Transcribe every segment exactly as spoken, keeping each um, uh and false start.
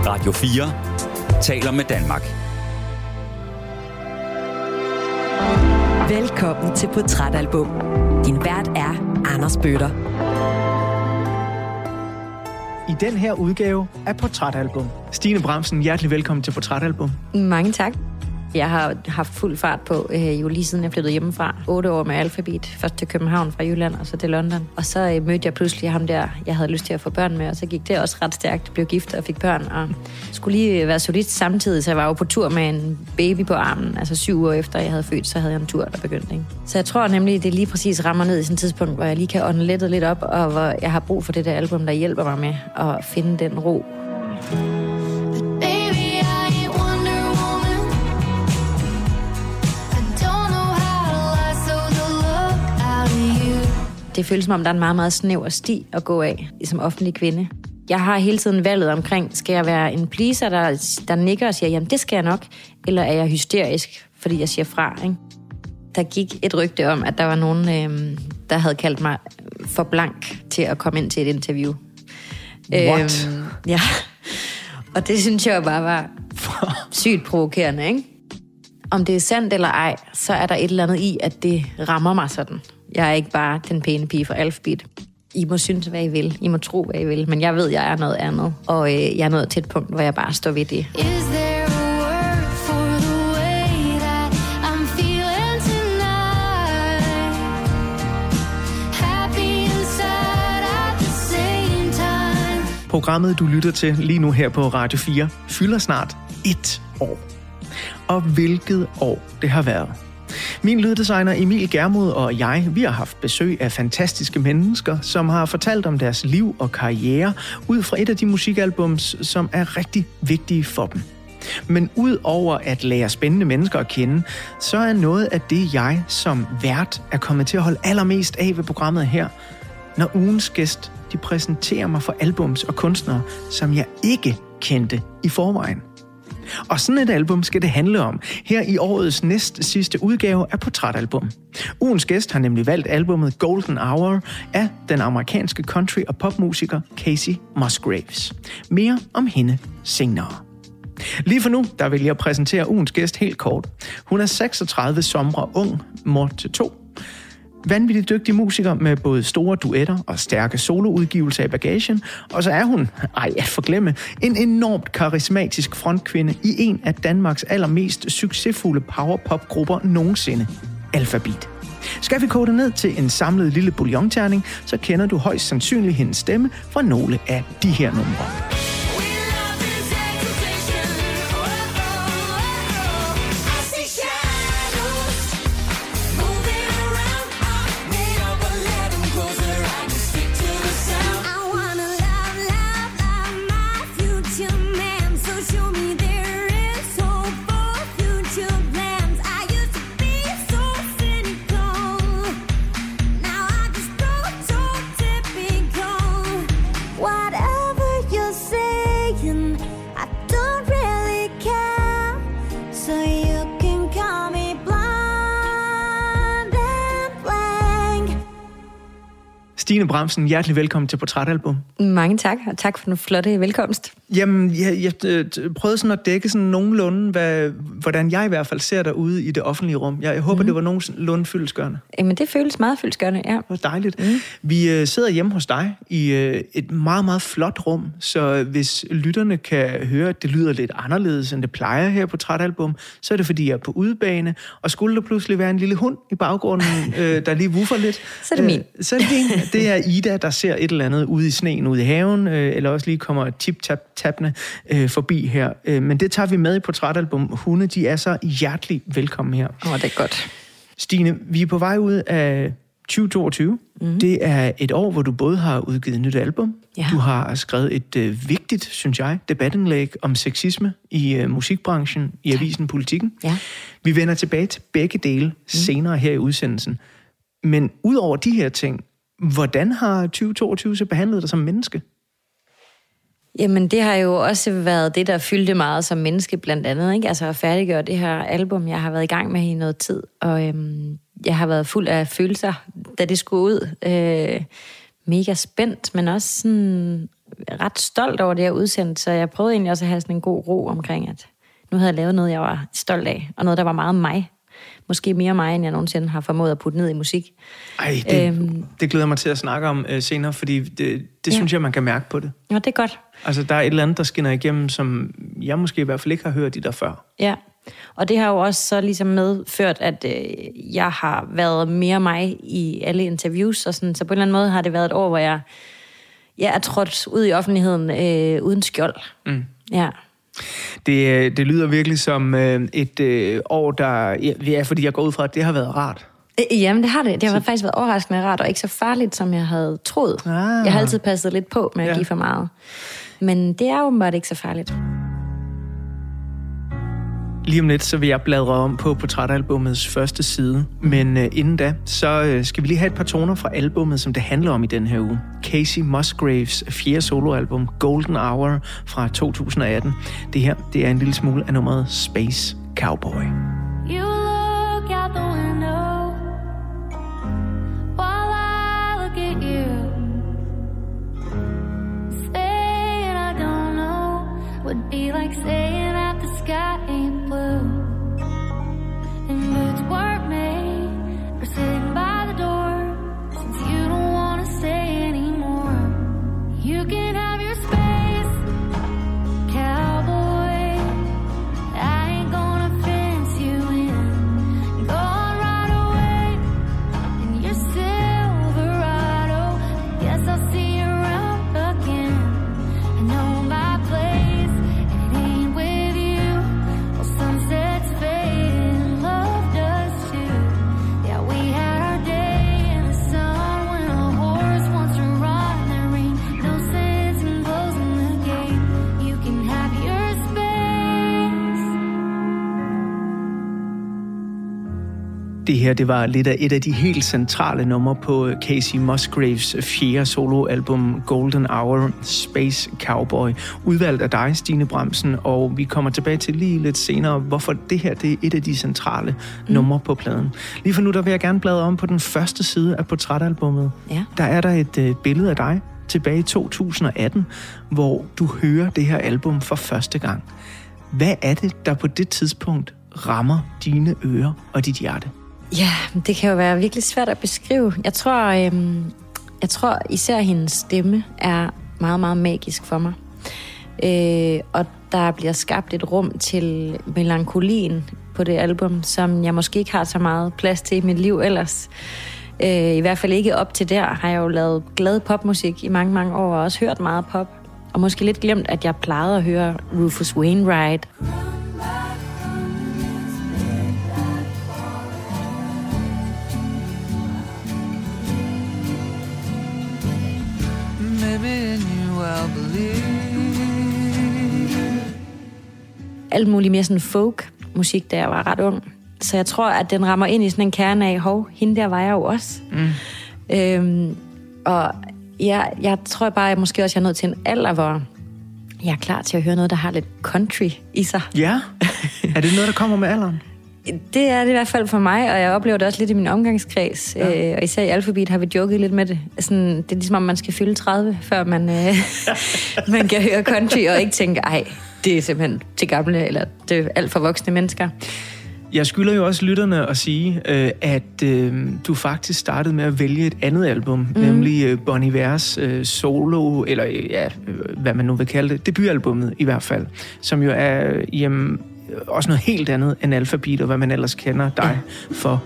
Radio fire taler med Danmark. Velkommen til Portrætalbum. Din vært er Anders Bøtter. I den her udgave af Portrætalbum. Stine Bramsen, hjertelig velkommen til Portrætalbum. Mange tak. Jeg har haft fuld fart på, øh, jo lige siden jeg flyttede hjemmefra. Otte år med alfabet. Først til København fra Jylland, og så til London. Og så øh, mødte jeg pludselig ham der, jeg havde lyst til at få børn med, og så gik det også ret stærkt. Blev gift og fik børn, og skulle lige være solid samtidig, så jeg var jo på tur med en baby på armen. Altså syv år efter jeg havde født, så havde jeg en tur, der begyndte. Ikke? Så jeg tror nemlig, det lige præcis rammer ned i sådan et tidspunkt, hvor jeg lige kan ånde lettet lidt op, og hvor jeg har brug for det der album, der hjælper mig med at finde den ro. Det føles som om, der er en meget, meget snæver sti at gå af som offentlig kvinde. Jeg har hele tiden valget omkring, skal jeg være en pleaser, der, der nikker og siger, jamen det skal jeg nok, eller er jeg hysterisk, fordi jeg siger fra, ikke? Der gik et rygte om, at der var nogen, øh, der havde kaldt mig for blank til at komme ind til et interview. What? Øhm, ja, og det synes jeg bare var sygt provokerende, ikke? Om det er sandt eller ej, så er der et eller andet i, at det rammer mig sådan. Jeg er ikke bare den pæne pige fra alfabet. I må synes, hvad I vil. I må tro, hvad I vil. Men jeg ved, jeg er noget andet. Og øh, jeg er nået til et punkt, hvor jeg bare står ved det. Programmet, du lytter til lige nu her på Radio fire, fylder snart et år. Og hvilket år det har været. Min lyddesigner Emil Germod og jeg, vi har haft besøg af fantastiske mennesker, som har fortalt om deres liv og karriere ud fra et af de musikalbums, som er rigtig vigtige for dem. Men ud over at lære spændende mennesker at kende, så er noget af det, jeg som vært er kommet til at holde allermest af ved programmet her, når ugens gæst de præsenterer mig for albums og kunstnere, som jeg ikke kendte i forvejen. Og sådan et album skal det handle om her i årets næst sidste udgave af Portrætalbum. Ugens gæst har nemlig valgt albumet Golden Hour af den amerikanske country- og popmusiker Kacey Musgraves. Mere om hende senere. Lige for nu, der vil jeg præsentere ugens gæst helt kort. Hun er seksogtredive somre ung, mor til to. Vanvittigt dygtig musiker med både store duetter og stærke soloudgivelser i bagagen. Og så er hun, ej at forglemme, en enormt karismatisk frontkvinde i en af Danmarks allermest succesfulde powerpop-grupper nogensinde, Alphabet. Skal vi kode ned til en samlet lille bouillonterning, så kender du højst sandsynligt hendes stemme fra nogle af de her numre. Stine Bramsen, hjertelig velkommen til Portrætalbum. Mange tak, og tak for den flotte velkomst. Jamen, jeg, jeg prøvede sådan at dække sådan nogenlunde, hvad, hvordan jeg i hvert fald ser dig ude i det offentlige rum. Jeg, jeg håber, mm. det var nogenlunde fyldestgørende. Jamen, det føles meget fyldestgørende, ja. Det var dejligt. Mm. Vi uh, sidder hjemme hos dig i uh, et meget, meget flot rum, så hvis lytterne kan høre, at det lyder lidt anderledes, end det plejer her på Portrætalbum, så er det, fordi jeg er på udebane, og skulle der pludselig være en lille hund i baggrunden, uh, der lige woofer lidt. Så er det min. Uh, så er det din. Det er Ida, der ser et eller andet ude i sneen, ude i haven, øh, eller også lige kommer tip-tap-tappende øh, forbi her. Øh, men det tager vi med i Portrætalbum. Hunde, de er så hjertelig velkommen her. Åh, oh, det er godt. Stine, vi er på vej ud af tyve toogtyve. Mm. Det er et år, hvor du både har udgivet et nyt album. Ja. Du har skrevet et øh, vigtigt, synes jeg, debatindlæg om sexisme i øh, musikbranchen, i avisen Politikken. Ja. Vi vender tilbage til begge dele mm. senere her i udsendelsen. Men ud over de her ting, hvordan har tyve toogtyve så behandlet dig som menneske? Jamen, det har jo også været det, der fyldte meget som menneske, blandt andet, ikke? Altså at færdiggøre det her album, jeg har været i gang med i noget tid, og øhm, jeg har været fuld af følelser, da det skulle ud. Øh, mega spændt, men også sådan ret stolt over det, jeg udsendte, så jeg prøvede egentlig også at have sådan en god ro omkring, at nu havde jeg lavet noget, jeg var stolt af, og noget, der var meget mig. Måske mere mig, end jeg nogensinde har formået at putte ned i musik. Ej, det, øhm, det glæder mig til at snakke om øh, senere, fordi det, det ja. synes jeg, man kan mærke på det. Ja, det er godt. Altså, der er et eller andet, der skinner igennem, som jeg måske i hvert fald ikke har hørt i der før. Ja, og det har jo også så ligesom medført, at øh, jeg har været mere mig i alle interviews, og sådan, så på en eller anden måde har det været et år, hvor jeg, jeg er trådt ud i offentligheden øh, uden skjold. Mm. Ja. Det, det lyder virkelig som øh, et øh, år, der... Ja, fordi jeg går ud fra, at det har været rart. Jamen, det har det. Det har så... faktisk været overraskende rart, og ikke så farligt, som jeg havde troet. Ah. Jeg har altid passet lidt på med at ja. give for meget. Men det er åbenbart ikke så farligt. Lige om lidt, så vil jeg bladre om på portrætalbumets første side. Men øh, inden da, så øh, skal vi lige have et par toner fra albummet, som det handler om i den her uge. Kacey Musgraves fjerde soloalbum, Golden Hour fra to tusind og atten. Det her, det er en lille smule af nummeret Space Cowboy. You look out the window while I look at you. Saying I don't know would be like saying that the sky ain't blue. And boots weren't made for sitting by the door. Since you don't want to stay anymore, you can have your space, cowboy. I ain't gonna fence you in. Go on right away in your Silverado. Guess I'll see you around again. I know my place, and it ain't with you. Well, sunsets fade and love does too. Yeah, we had our day in the sun when a horse wants to run. There ain't no sense in closing the gate. You can have your space. Det her, det var lidt af et af de helt centrale numre på Kacey Musgraves fjerde soloalbum Golden Hour, Space Cowboy. Udvalgt af dig, Stine Bramsen, og vi kommer tilbage til lige lidt senere, hvorfor det her, det er et af de centrale mm. numre på pladen. Lige for nu, der vil jeg gerne bladre om på den første side af portrætalbummet. Ja. Der er der et øh, billede af dig tilbage i to tusind og atten, hvor du hører det her album for første gang. Hvad er det, der på det tidspunkt rammer dine ører og dit hjerte? Ja, det kan jo være virkelig svært at beskrive. Jeg tror, øhm, jeg tror især hendes stemme er meget, meget magisk for mig. Øh, og der bliver skabt et rum til melankolien på det album, som jeg måske ikke har så meget plads til i mit liv ellers. Øh, I hvert fald ikke op til der har jeg jo lavet glad popmusik i mange, mange år, og også hørt meget pop. Og måske lidt glemt, at jeg plejede at høre Rufus Wainwright. Alt muligt mere sådan folk-musik, da jeg var ret ung. Så jeg tror, at den rammer ind i sådan en kerne af, hov, hende der var jeg jo også. Mm. Øhm, og ja, jeg tror bare, at måske også jeg er nået til en alder, hvor jeg er klar til at høre noget, der har lidt country i sig. Ja? Er det noget, der kommer med alderen? Det er det i hvert fald for mig, og jeg oplever det også lidt i min omgangskreds. Ja. Øh, og især i Alphabet har vi joket lidt med det. Sådan, det er ligesom, om man skal fylde tredive, før man, øh, man kan høre country, og ikke tænke, ej, det er simpelthen til gamle, eller det er alt for voksne mennesker. Jeg skylder jo også lytterne at sige, øh, at øh, du faktisk startede med at vælge et andet album, mm. nemlig øh, Bon Ivers øh, solo, eller ja, hvad man nu vil kalde det, debutalbummet i hvert fald, som jo er jamen, også noget helt andet end Alphabet, og hvad man ellers kender dig ja. for.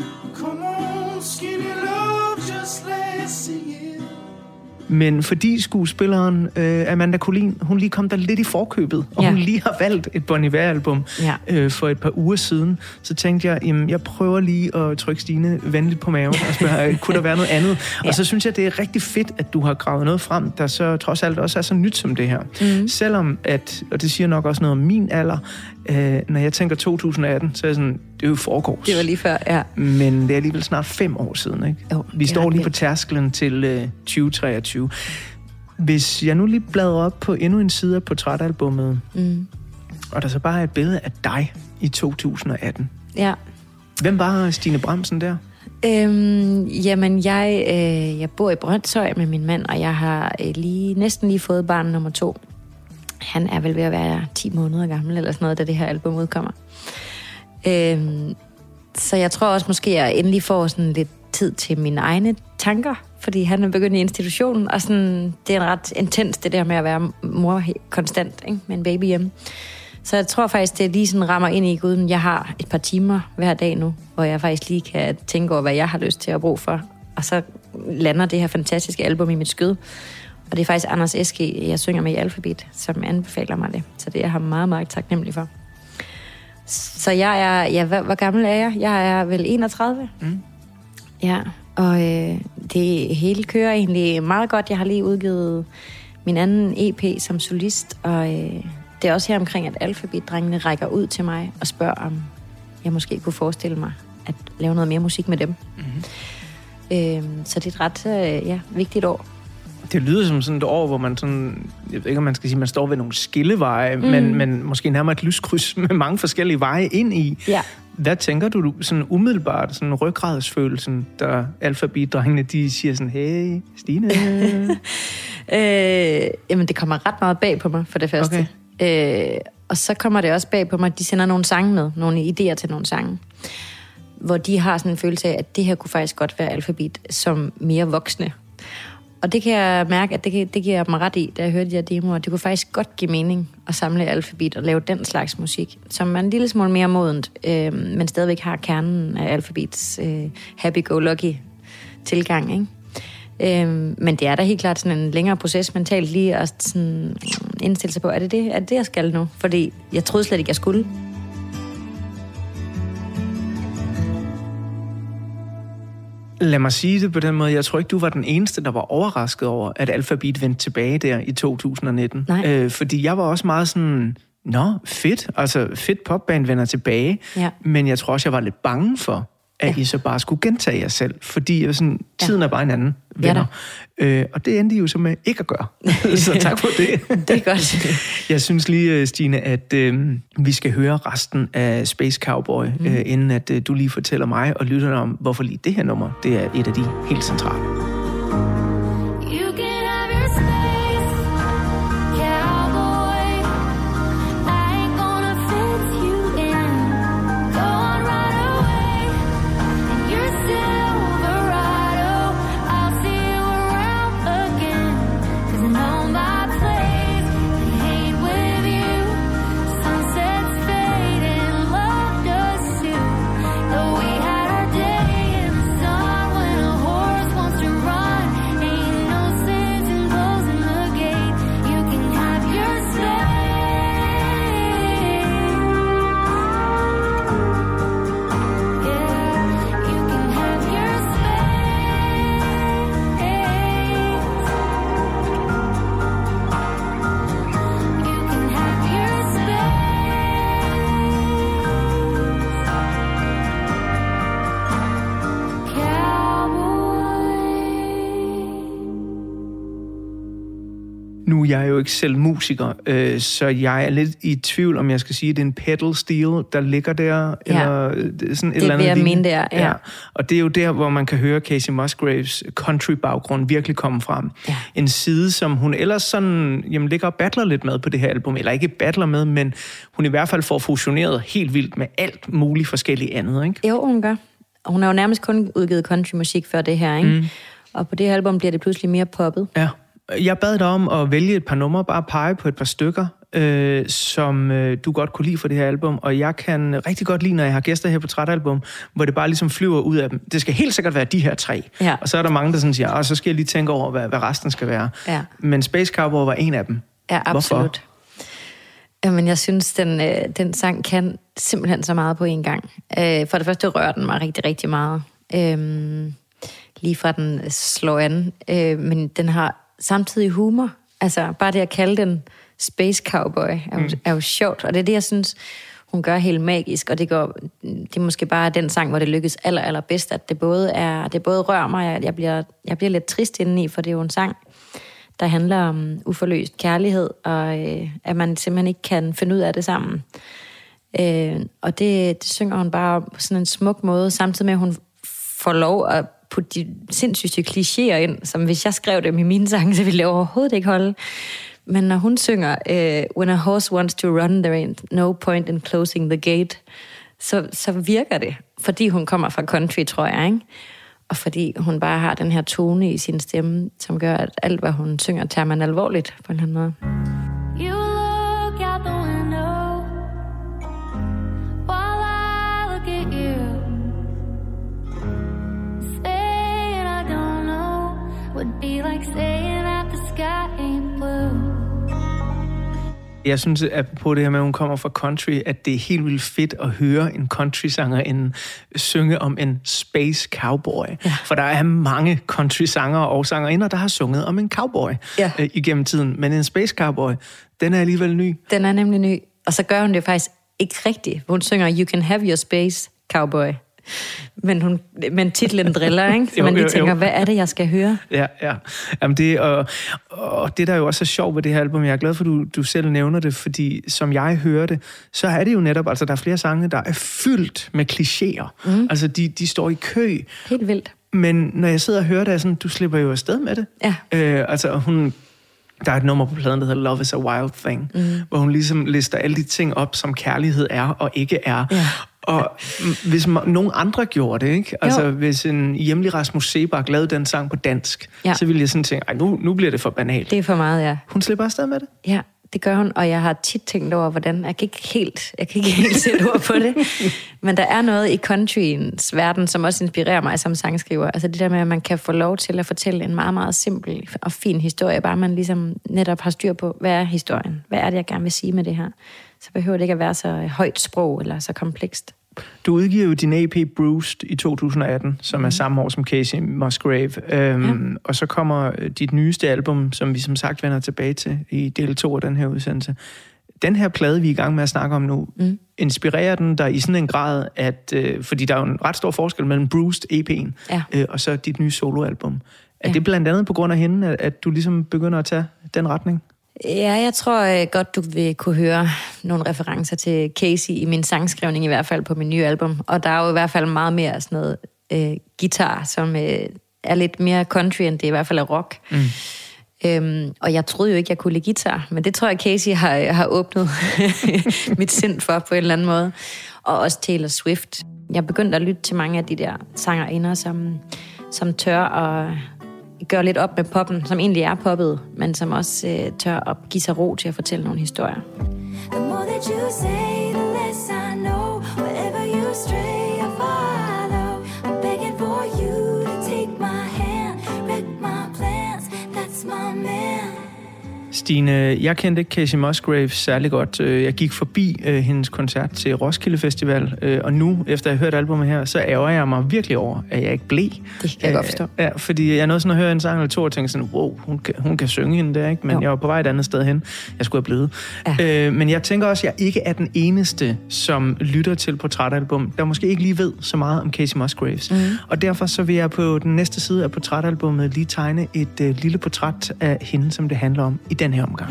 Men fordi skuespilleren øh, Amanda Collin, hun lige kom der lidt i forkøbet, og ja. hun lige har valgt et Bon Iver-album ja. øh, for et par uger siden, så tænkte jeg, jamen, jeg prøver lige at trykke Stine venligt på maven og spørge, kunne der være noget andet? Ja. Og så synes jeg, det er rigtig fedt, at du har gravet noget frem, der så trods alt også er så nyt som det her. Mm. Selvom at, og det siger nok også noget om min alder, øh, når jeg tænker to tusind og atten, så er jeg sådan, det er jo forgårs. Det var lige før, ja. Men det er alligevel snart fem år siden, ikke? Jo, vi står lige på tærsklen til øh, tyve treogtyve. Hvis jeg nu lige bladrer op på endnu en side af portrætalbummet, mm. og der så bare er et billede af dig i to tusind og atten. Ja. Hvem var Stine Bramsen der? Øhm, jamen, jeg, øh, jeg bor i Brøndshøj med min mand, og jeg har øh, lige, næsten lige fået barn nummer to. Han er vel ved at være ti måneder gammel, eller sådan noget, da det her album udkommer. Øhm, så jeg tror også måske, at jeg endelig får sådan lidt tid til mine egne tanker, fordi han er begyndt i institutionen, og sådan, det er ret intens, det der med at være mor konstant, ikke? Med en baby hjemme. Så jeg tror faktisk, det lige sådan rammer ind i guden. Jeg har et par timer hver dag nu, hvor jeg faktisk lige kan tænke over, hvad jeg har lyst til at bruge for. Og så lander det her fantastiske album i mit skød. Og det er faktisk Anders Eske, jeg synger med i Alphabet, som anbefaler mig det. Så det er jeg har meget, meget taknemmelig for. Så jeg er, ja, hvor, hvor gammel er jeg? Jeg er vel enogtredive. Mm. Ja, og øh, det hele kører egentlig meget godt. Jeg har lige udgivet min anden E P som solist, og øh, det er også her omkring, at Alphabet-drengene rækker ud til mig og spørger, om jeg måske kunne forestille mig at lave noget mere musik med dem. Mm-hmm. Øh, så det er et ret øh, ja, vigtigt år. Det lyder som sådan et år, hvor man sådan, jeg ved ikke, om man skal sige, man står ved nogle skilleveje, mm. men, men måske nærmere et lyskryds med mange forskellige veje ind i. Ja. Hvad tænker du sådan umiddelbart, sådan ryggradsfølelsen, der Alphabet-drengene, de siger sådan, hey, Stine? øh, jamen, det kommer ret meget bag på mig, for det første. Okay. Øh, og så kommer det også bag på mig, at de sender nogle sange med, nogle idéer til nogle sange, hvor de har sådan en følelse af, at det her kunne faktisk godt være Alphabet som mere voksne. Og det kan jeg mærke, at det, kan, det giver jeg mig ret i, da jeg hørte de her demoer. Det kunne faktisk godt give mening at samle Alphabet og lave den slags musik, som er en lille smule mere modent, øh, men stadigvæk har kernen af Alphabets øh, happy-go-lucky tilgang, ikke? Øh, men det er da helt klart sådan en længere proces mentalt lige at sådan indstille sig på, er det det, er det, det jeg skal nu? Fordi jeg troede slet ikke, jeg skulle. Lad mig sige det på den måde. Jeg tror ikke, du var den eneste, der var overrasket over, at Alphabet vendte tilbage der i to tusind nitten. Øh, fordi jeg var også meget sådan, nå, fedt. Altså, fedt popband vender tilbage. Ja. Men jeg tror også, jeg var lidt bange for, at ja. I så bare skulle gentage jer selv. Fordi jeg sådan, tiden ja. er bare en anden venner. Ja, øh, og det endte I jo så med ikke at gøre. Så tak for det. Det er godt. Jeg synes lige, Stine, at øh, vi skal høre resten af Space Cowboy, mm. øh, inden at øh, du lige fortæller mig og lytterne om, hvorfor lige det her nummer, det er et af de helt centrale. Nu er jeg jo ikke selv musiker, øh, så jeg er lidt i tvivl, om jeg skal sige, at det er en pedal steel, der ligger der. Ja, eller sådan et det eller andet vil jeg mene, det er. Ja. Ja. Og det er jo der, hvor man kan høre Kacey Musgraves country-baggrund virkelig komme frem. Ja. En side, som hun ellers sådan, jamen, ligger og battler lidt med på det her album. Eller ikke battler med, men hun i hvert fald får fusioneret helt vildt med alt muligt forskelligt andet, ikke? Jo, hun gør. Hun har jo nærmest kun udgivet countrymusik før det her, ikke? Mm. Og på det her album bliver det pludselig mere poppet. Ja. Jeg bad dig om at vælge et par numre, bare pege på et par stykker, øh, som øh, du godt kunne lide for det her album, og jeg kan rigtig godt lide, når jeg har gæster her på Trætalbum, hvor det bare ligesom flyver ud af dem. Det skal helt sikkert være de her tre. Ja. Og så er der mange, der sådan siger, og så skal jeg lige tænke over, hvad, hvad resten skal være. Ja. Men Space Cowboy var en af dem. Ja, absolut. Hvorfor? Jamen, jeg synes, den, øh, den sang kan simpelthen så meget på en gang. Øh, for det første rører den mig rigtig, rigtig meget. Øh, lige fra den slår an. Øh, men den har samtidig humor. Altså, bare det at kalde den Space Cowboy er jo, mm. er jo sjovt. Og det er det, jeg synes, hun gør helt magisk. Og det, går, det er måske bare den sang, hvor det lykkes aller, aller bedst, at det både, er, det både rører mig, jeg, jeg, bliver, jeg bliver lidt trist indeni, for det er jo en sang, der handler om uforløst kærlighed, og øh, at man simpelthen ikke kan finde ud af det sammen. Øh, og det, det synger hun bare på sådan en smuk måde, samtidig med, at hun får lov at putte de sindssyge klichéer ind, som hvis jeg skrev dem i mine sange, så ville det overhovedet ikke holde. Men når hun synger, uh, when a horse wants to run, there ain't no point in closing the gate, så, så virker det, fordi hun kommer fra country, tror jeg, ikke? Og fordi hun bare har den her tone i sin stemme, som gør, at alt, hvad hun synger, tager man alvorligt på en eller anden måde. You look out the window while I look at you, saying I don't know would be like saying that the sky ain't blue. Jeg synes, apropos det her med, at hun kommer fra country, at det er helt vildt fedt at høre en country-sanger synge om en space cowboy. Ja. For der er mange country-sanger og sangerinder, der har sunget om en cowboy ja. øh, igennem tiden. Men en space cowboy, den er alligevel ny. Den er nemlig ny. Og så gør hun det faktisk ikke rigtigt. Hun synger, you can have your space cowboy. Men, hun, men titlen driller, ikke? Så jo, man lige tænker, jo, jo. Hvad er det, jeg skal høre? Ja, ja. Jamen det, og, og det, der er jo også så sjovt ved det her album, jeg er glad for, at du, du selv nævner det, fordi som jeg hører det, så er det jo netop, altså der er flere sange, der er fyldt med klichéer. Mm. Altså de, de står i kø. Helt vildt. Men når jeg sidder og hører det, er sådan, du slipper jo afsted med det. Ja. Øh, altså hun... Der er et nummer på pladen, der hedder Love is a Wild Thing, mm. hvor hun ligesom lister alle de ting op, som kærlighed er og ikke er. Ja. Og hvis man, nogen andre gjorde det, ikke? Altså jo. Hvis en hjemlig Rasmus Seebach lavede den sang på dansk, ja. Så ville jeg sådan tænke, ej, nu, nu bliver det for banalt. Det er for meget, ja. Hun slipper afsted med det. Ja, det gør hun, og jeg har tit tænkt over, hvordan, jeg kan ikke helt, jeg kan ikke helt sætte ord på det, men der er noget i countryens verden, som også inspirerer mig som sangskriver. Altså det der med, at man kan få lov til at fortælle en meget, meget simpel og fin historie, bare man ligesom netop har styr på, hvad er historien? Hvad er det, jeg gerne vil sige med det her? Så behøver det ikke at være så højt sprog eller så komplekst. Du udgiver jo din E P Bruised i to tusind atten, som er samme år som Kacey Musgrave. Øhm, ja. Og så kommer dit nyeste album, som vi som sagt vender tilbage til i del to af den her udsendelse. Den her plade, vi er i gang med at snakke om nu, mm. inspirerer den dig i sådan en grad, at øh, fordi der er jo en ret stor forskel mellem Bruised E P'en ja. øh, og så dit nye soloalbum. Er ja. det blandt andet på grund af hende, at, at du ligesom begynder at tage den retning? Ja, jeg tror godt, du vil kunne høre nogle referencer til Kacey i min sangskrivning, i hvert fald på min nye album. Og der er jo i hvert fald meget mere sådan noget øh, guitar, som øh, er lidt mere country, end det i hvert fald er rock. Mm. Øhm, og jeg troede jo ikke, jeg kunne lide guitar, men det tror jeg, Kacey har, har åbnet mit sind for på en eller anden måde. Og også Taylor Swift. Jeg begyndte at lytte til mange af de der sangerinder, som, som tør at gøre lidt op med poppen, som egentlig er poppet, men som også øh, tør at give sig ro til at fortælle nogle historier. The more that you say, the less I know. Wherever you stray, I follow. I'm begging for you to take my hand, wreck my plans. That's my man. Stine, jeg kendte ikke Kacey Musgrave særlig godt. Jeg gik forbi øh, hendes koncert til Roskilde Festival, øh, og nu, efter jeg har hørt albumet her, så ærger jeg mig virkelig over, at jeg ikke blev. Det kan jeg godt forstå. Ja, fordi jeg nåede sådan at høre en sang eller to, og tænkte sådan, wow, hun kan, hun kan synge hende der, ikke? Men jo. Jeg var på vej et andet sted hen. Jeg skulle have blevet. Ja. Øh, men jeg tænker også, at jeg ikke er den eneste, som lytter til portrætalbum, der måske ikke lige ved så meget om Kacey Musgraves. Mm. Og derfor så vil jeg på den næste side af portrætalbummet lige tegne et øh, lille portræt af hende, som det handler om i den her omgang.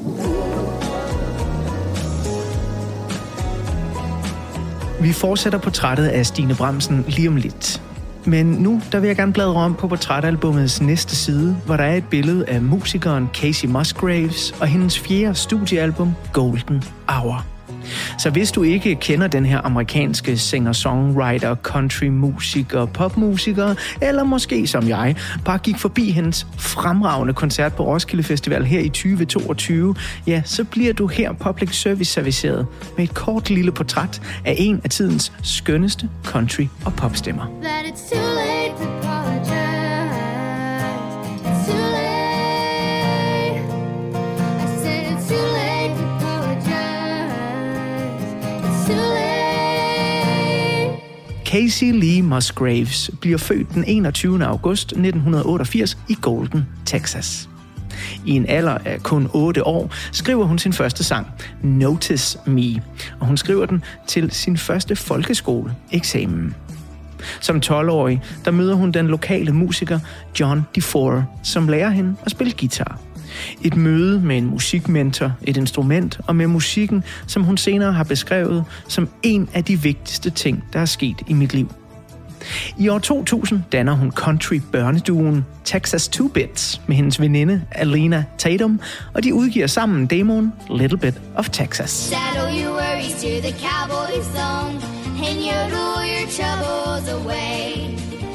Vi fortsætter portrættet af Stine Bramsen lige om lidt. Men nu der vil jeg gerne bladre om på portrætalbummets næste side, hvor der er et billede af musikeren Kacey Musgraves og hendes fjerde studiealbum Golden Hour. Så hvis du ikke kender den her amerikanske singer-songwriter, country-musiker, popmusiker, eller måske som jeg, bare gik forbi hendes fremragende koncert på Roskilde Festival her i tyve toogtyve, ja, så bliver du her public service serviceret med et kort lille portræt af en af tidens skønneste country- og popstemmer. That it's too late to apologize. It's too late. I said it's too late to apologize. It's too late. Kacey Lee Musgraves bliver født den enogtyvende august nitten otteogfirs i Golden, Texas. I en alder af kun otte år skriver hun sin første sang, Notice Me, og hun skriver den til sin første folkeskoleeksamen. Som tolv-årig, der møder hun den lokale musiker John DeFore, som lærer hende at spille guitar. Et møde med en musikmentor, et instrument og med musikken, som hun senere har beskrevet som en af de vigtigste ting, der er sket i mit liv. I år to tusind danner hun country-børneduoen Texas Two Bits med hendes veninde Alena Tatum, og de udgiver sammen demoen Little Bit of Texas. Saddle your worries to the cowboy song and yodel your troubles away.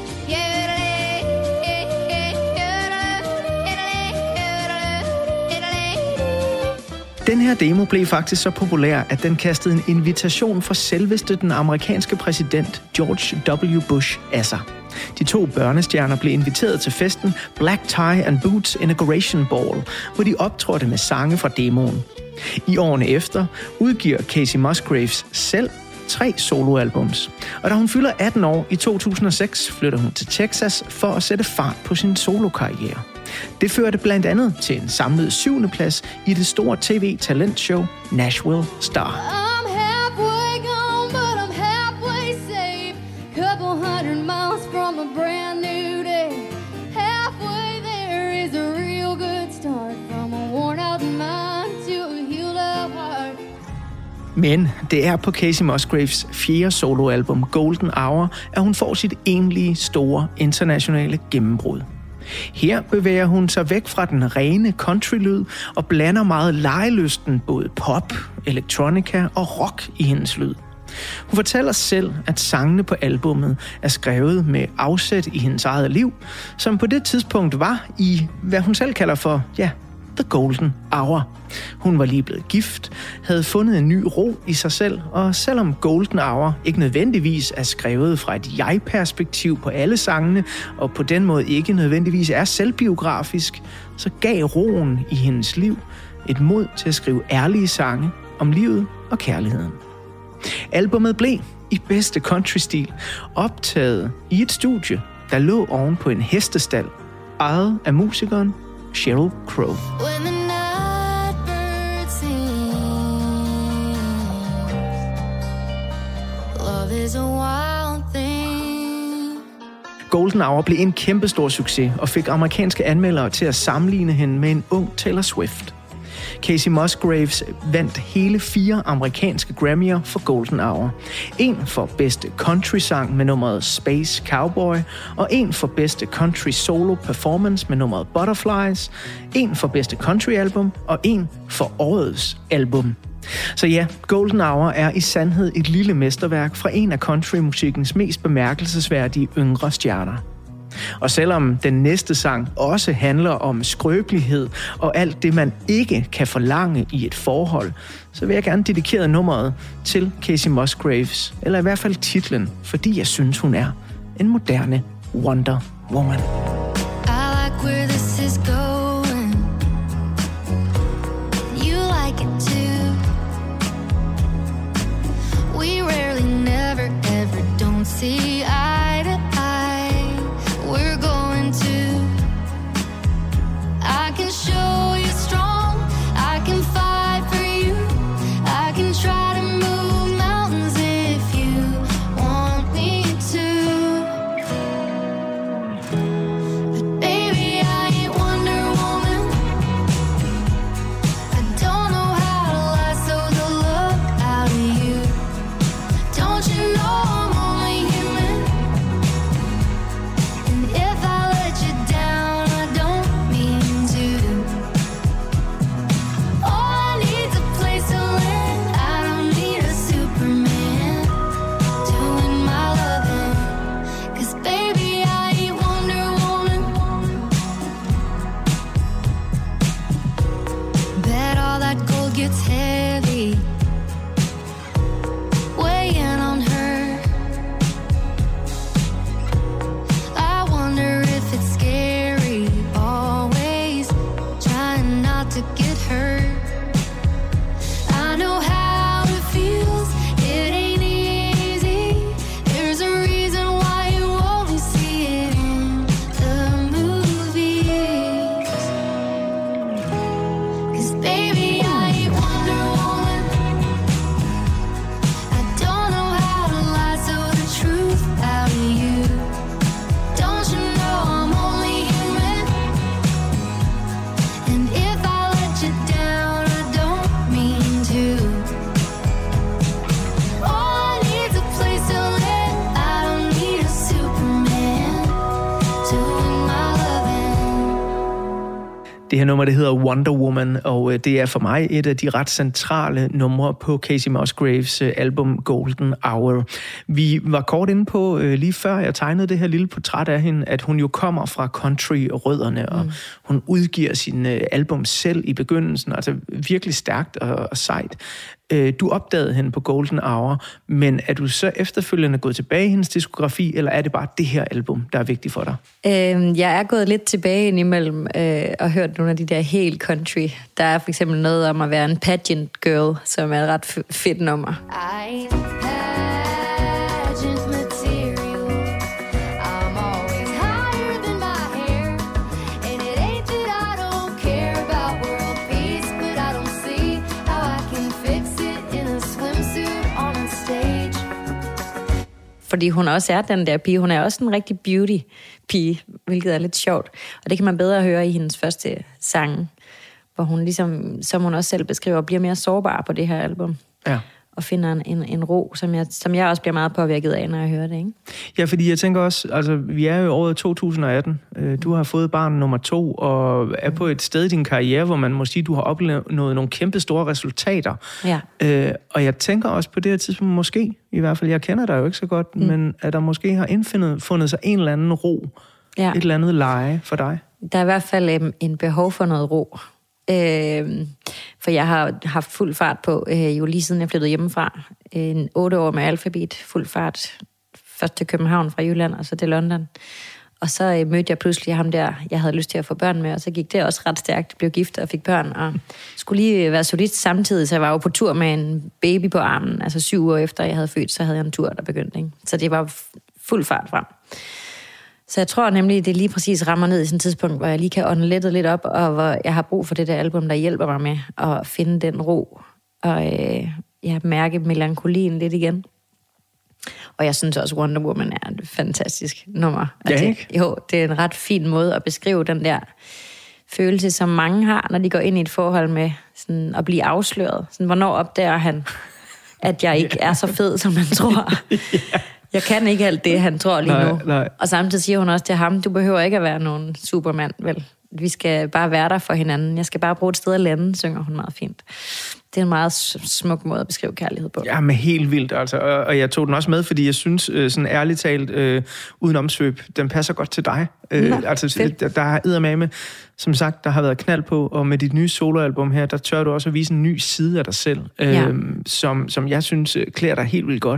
Den her demo blev faktisk så populær, at den kastede en invitation fra selveste den amerikanske præsident George W. Bush af sig. De to børnestjerner blev inviteret til festen Black Tie and Boots Inauguration Ball, hvor de optrådte med sange fra demoen. I årene efter udgiver Kacey Musgraves selv tre soloalbums, og da hun fylder atten år i to tusind og seks, flytter hun til Texas for at sætte fart på sin solokarriere. Det førte blandt andet til en samlet syvende plads i det store tv-talentshow Nashville Star. I'm halfway gone, but I'm halfway safe. Couple hundred miles from a brand new day. Halfway there is a real good start. From a worn out mind to a healed up heart. Men det er på Kacey Musgraves fjerde soloalbum Golden Hour, at hun får sit egentlige store internationale gennembrud. Her bevæger hun sig væk fra den rene countrylyd og blander meget legelysten både pop, elektronika og rock i hendes lyd. Hun fortæller selv, at sangene på albummet er skrevet med afsæt i hendes eget liv, som på det tidspunkt var i, hvad hun selv kalder for, ja, The Golden Hour. Hun var lige blevet gift, havde fundet en ny ro i sig selv, og selvom Golden Hour ikke nødvendigvis er skrevet fra et jeg-perspektiv på alle sangene, og på den måde ikke nødvendigvis er selvbiografisk, så gav roen i hendes liv et mod til at skrive ærlige sange om livet og kærligheden. Albummet blev i bedste country-stil optaget i et studie, der lå oven på en hestestald, ejet af musikeren Sheryl Crow. When the night bird sings, love is a wild thing. Golden Hour blev en kæmpestor succes og fik amerikanske anmeldere til at sammenligne hende med en ung Taylor Swift. Kacey Musgraves vandt hele fire amerikanske Grammy'er for Golden Hour. En for bedste country-sang med nummeret Space Cowboy, og en for bedste country solo performance med nummeret Butterflies, en for bedste country-album og en for årets album. Så ja, Golden Hour er i sandhed et lille mesterværk fra en af countrymusikkens mest bemærkelsesværdige yngre stjerner. Og selvom den næste sang også handler om skrøbelighed og alt det, man ikke kan forlange i et forhold, så vil jeg gerne dedikere nummeret til Kacey Musgraves, eller i hvert fald titlen, fordi jeg synes, hun er en moderne Wonder Woman. I like where this is going. You like it too. We rarely, never, ever don't see eye to eye. We're going to. I can show you strong. I can fight for you. I can try to move mountains if you want me to. But baby, I ain't Wonder Woman. I don't know how to lasso the look out of you. Don't you know I'm only human? And if I let you down, I don't mean to. All I need's a place to land. I don't need a Superman doing my loving. 'Cause baby, I ain't Wonder Woman. Bet all that gold gets heavy weighing on her. I wonder if it's scary, always trying not to get hurt. I know how it feels, it ain't easy. There's a reason why you only see it in the movies. 'Cause baby, I ain't Wonder Woman. I don't know how to lasso the truth out of you. Don't you know I'm only human? And if I let you down, I don't mean to. All I need's a place to land. I don't need a Superman Det her nummer, det hedder Wonder Woman, og øh, det er for mig et af de ret centrale numre på Kacey Musgraves øh, album Golden Hour. Vi var kort inde på, øh, lige før jeg tegnede det her lille portræt af hende, at hun jo kommer fra country-rødderne, mm. og hun udgiver sin øh, album selv i begyndelsen, altså virkelig stærkt og, og sejt. Øh, du opdagede hende på Golden Hour, men er du så efterfølgende gået tilbage i hendes diskografi, eller er det bare det her album, der er vigtigt for dig? Øhm, jeg er gået lidt tilbage indimellem øh, og hørt nogle af de der helt country. Der er for eksempel noget om at være en pageant girl, som er et ret f- fedt nummer. I ain't pageant material. I'm always higher than my hair. And it ain't that I don't care about world peace, but I don't see how I can fix it in a swimsuit on a stage. Fordi hun også er den der pige. Hun er også en rigtig beauty-pige, hvilket er lidt sjovt. Og det kan man bedre høre i hendes første sange, hvor hun ligesom, som hun også selv beskriver, bliver mere sårbar på det her album. Ja. Og finder en, en, en ro, som jeg, som jeg også bliver meget påvirket af, når jeg hører det, ikke? Ja, fordi jeg tænker også, altså vi er jo i året to tusind og atten. Du har fået barn nummer to, og er på et sted i din karriere, hvor man må sige, du har opnået nogle kæmpe store resultater. Ja. Øh, og jeg tænker også på det her tidspunkt, måske, i hvert fald, jeg kender dig jo ikke så godt, mm. men at der måske har indfundet fundet sig en eller anden ro, ja. Et eller andet leje for dig. Der er i hvert fald en, en behov for noget ro. Øh, for jeg har haft fuld fart på, øh, jo lige siden jeg flyttede hjemmefra. En otte år med alfabet, fuld fart. Først til København fra Jylland, og så til London. Og så øh, mødte jeg pludselig ham der, jeg havde lyst til at få børn med, og så gik det også ret stærkt. Blev gift og fik børn, og skulle lige være solist samtidig, så jeg var jo på tur med en baby på armen. Altså syv år efter jeg havde født, så havde jeg en tur, der begyndte. Ikke? Så det var fuld fart frem. Så jeg tror nemlig, at det lige præcis rammer ned i sådan et tidspunkt, hvor jeg lige kan ånde lettet lidt op, og hvor jeg har brug for det der album, der hjælper mig med at finde den ro, og øh, jeg mærke melankolien lidt igen. Og jeg synes også, Wonder Woman er et fantastisk nummer. Ja, det, ikke? Jo, det er en ret fin måde at beskrive den der følelse, som mange har, når de går ind i et forhold med sådan, at blive afsløret. Sådan, hvornår opdager han, at jeg ikke er så fed, som man tror? Ja. Jeg kan ikke alt det, han tror lige nej, nu. Nej. Og samtidig siger hun også til ham, du behøver ikke at være nogen supermand, vel? Vi skal bare være der for hinanden. Jeg skal bare bruge et sted at lande, synger hun meget fint. Det er en meget smuk måde at beskrive kærlighed på. Ja, men helt vildt, altså. Og, og jeg tog den også med, fordi jeg synes, øh, sådan ærligt talt, øh, uden omsvøb, den passer godt til dig. Øh, Nå, altså, der, der er eddermame, som sagt, der har været knald på, og med dit nye soloalbum her, der tør du også at vise en ny side af dig selv, øh, ja. som, som jeg synes klæder dig helt vildt godt.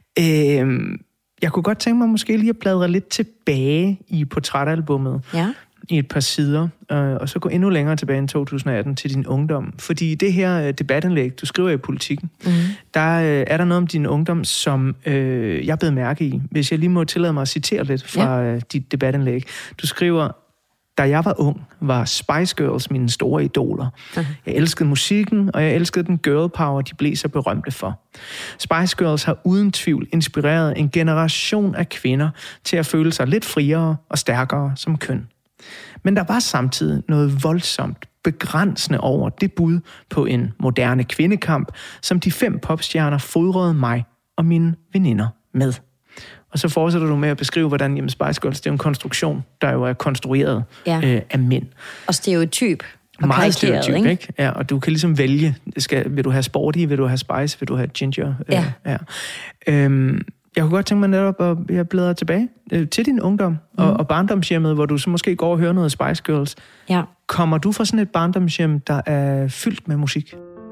Øh, jeg kunne godt tænke mig måske lige at bladre lidt tilbage i portrætalbummet. Ja. I et par sider, øh, og så gå endnu længere tilbage end to tusind og atten til din ungdom. Fordi det her øh, debatindlæg, du skriver i Politikken, mm. der øh, er der noget om din ungdom, som øh, jeg bed mærke i. Hvis jeg lige må tillade mig at citere lidt fra ja. øh, dit debatindlæg. Du skriver, da jeg var ung, var Spice Girls mine store idoler. Uh-huh. Jeg elskede musikken, og jeg elskede den girl power, de blev så berømte for. Spice Girls har uden tvivl inspireret en generation af kvinder til at føle sig lidt friere og stærkere som køn. Men der var samtidig noget voldsomt begrænsende over det bud på en moderne kvindekamp, som de fem popstjerner fodrede mig og mine veninder med. Og så fortsætter du med at beskrive, hvordan jamen, Spice Girls, det er en konstruktion, der jo er konstrueret ja. øh, af mænd. Og stereotyp. Og meget stereotyp, ikke? ikke? Ja, og du kan ligesom vælge, skal, vil du have sporty, vil du have spice, vil du have ginger? Ja. Øh, ja. Øhm, jeg kunne godt tænke mig netop, at jeg bladrer tilbage øh, til din ungdom mm. og, og barndomshjemmet, hvor du så måske går og hører noget Spice Girls. Ja. Kommer du fra sådan et barndomshjem, der er fyldt med musik?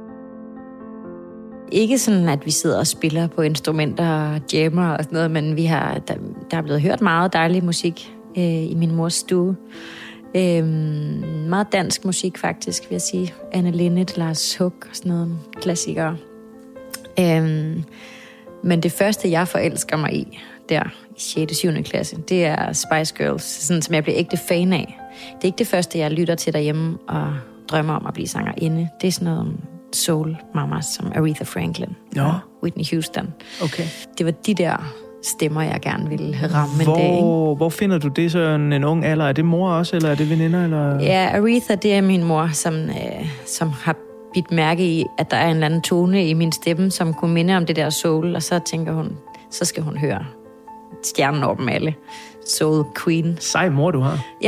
Ikke sådan, at vi sidder og spiller på instrumenter og jammer og sådan noget, men vi har, der, der er blevet hørt meget dejlig musik øh, i min mors stue. Øh, meget dansk musik faktisk, vil jeg sige. Anne Linnet, Lars Hug og sådan noget, klassikere. Øh, men det første, jeg forelsker mig i, der i sjette og syvende klasse, det er Spice Girls, sådan, som jeg bliver ægte fan af. Det er ikke det første, jeg lytter til derhjemme og drømmer om at blive sangerinde. Det er sådan noget soul mamas som Aretha Franklin ja. og Whitney Houston. Okay. Det var de der stemmer, jeg gerne ville ramme hvor, en dag. Ikke? Hvor finder du det så en ung alder? Er det mor også, eller er det veninder? Eller? Ja, Aretha, det er min mor, som, øh, som har bidt mærke i, at der er en eller anden tone i min stemme, som kunne minde om det der soul, og så tænker hun, så skal hun høre stjernen over dem alle. Soul Queen. Sej mor, du har. Ja,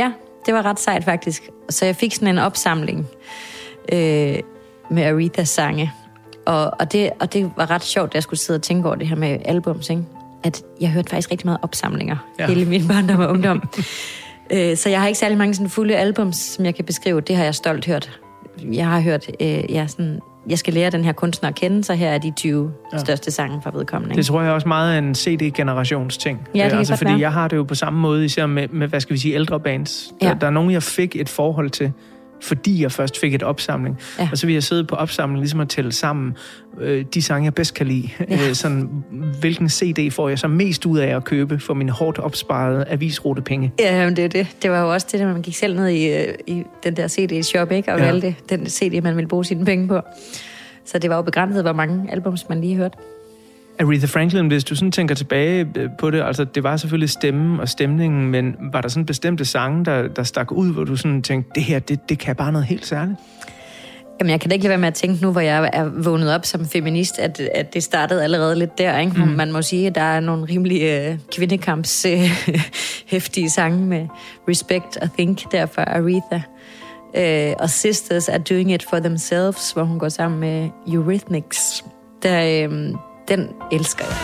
det var ret sejt faktisk. Så jeg fik sådan en opsamling øh, med Arethas sange. Og, og, det, og det var ret sjovt, at jeg skulle sidde og tænke over det her med albums, ikke? At jeg hørte faktisk rigtig meget opsamlinger ja. hele min barndom og ungdom. øh, så jeg har ikke særlig mange sådan fulde albums, som jeg kan beskrive. Det har jeg stolt hørt. Jeg har hørt, øh, jeg, sådan, jeg skal lære den her kunstner at kende, så her er de tyve ja. største sange fra vedkommende. Det tror jeg også meget er en C D-generationsting. Ja, det altså, fordi være. jeg har det jo på samme måde, især med, med hvad skal vi sige, ældre bands. Ja. Der, der er nogen, jeg fik et forhold til, fordi jeg først fik et opsamling. Ja. Og så vil jeg sidde på opsamling, ligesom at tælle sammen øh, de sange, jeg bedst kan lide. Ja. Øh, sådan, hvilken C D får jeg så mest ud af at købe for mine hårdt opsparede avisrutepenge? Ja, det er det. Det var jo også det, at man gik selv ned i, i den der C D-shop, ikke? Og ja. valgte den C D, man ville bruge sine penge på. Så det var jo begrænset, hvor mange albums man lige hørte. Aretha Franklin, hvis du sådan tænker tilbage på det, altså det var selvfølgelig stemmen og stemningen, men var der sådan bestemte sange, der, der stak ud, hvor du sådan tænkte, det her, det, det kan bare noget helt særligt? Jamen, jeg kan da ikke lade være med at tænke nu, hvor jeg er vågnet op som feminist, at, at det startede allerede lidt der, ikke? Mm. Man må sige, at der er nogle rimelig øh, kvindekamps øh, hæftige sange med Respect og Think, der for Aretha. Øh, og Sisters Are Doing It For Themselves, hvor hun går sammen med Eurythmics. Der, øh, den elsker jeg.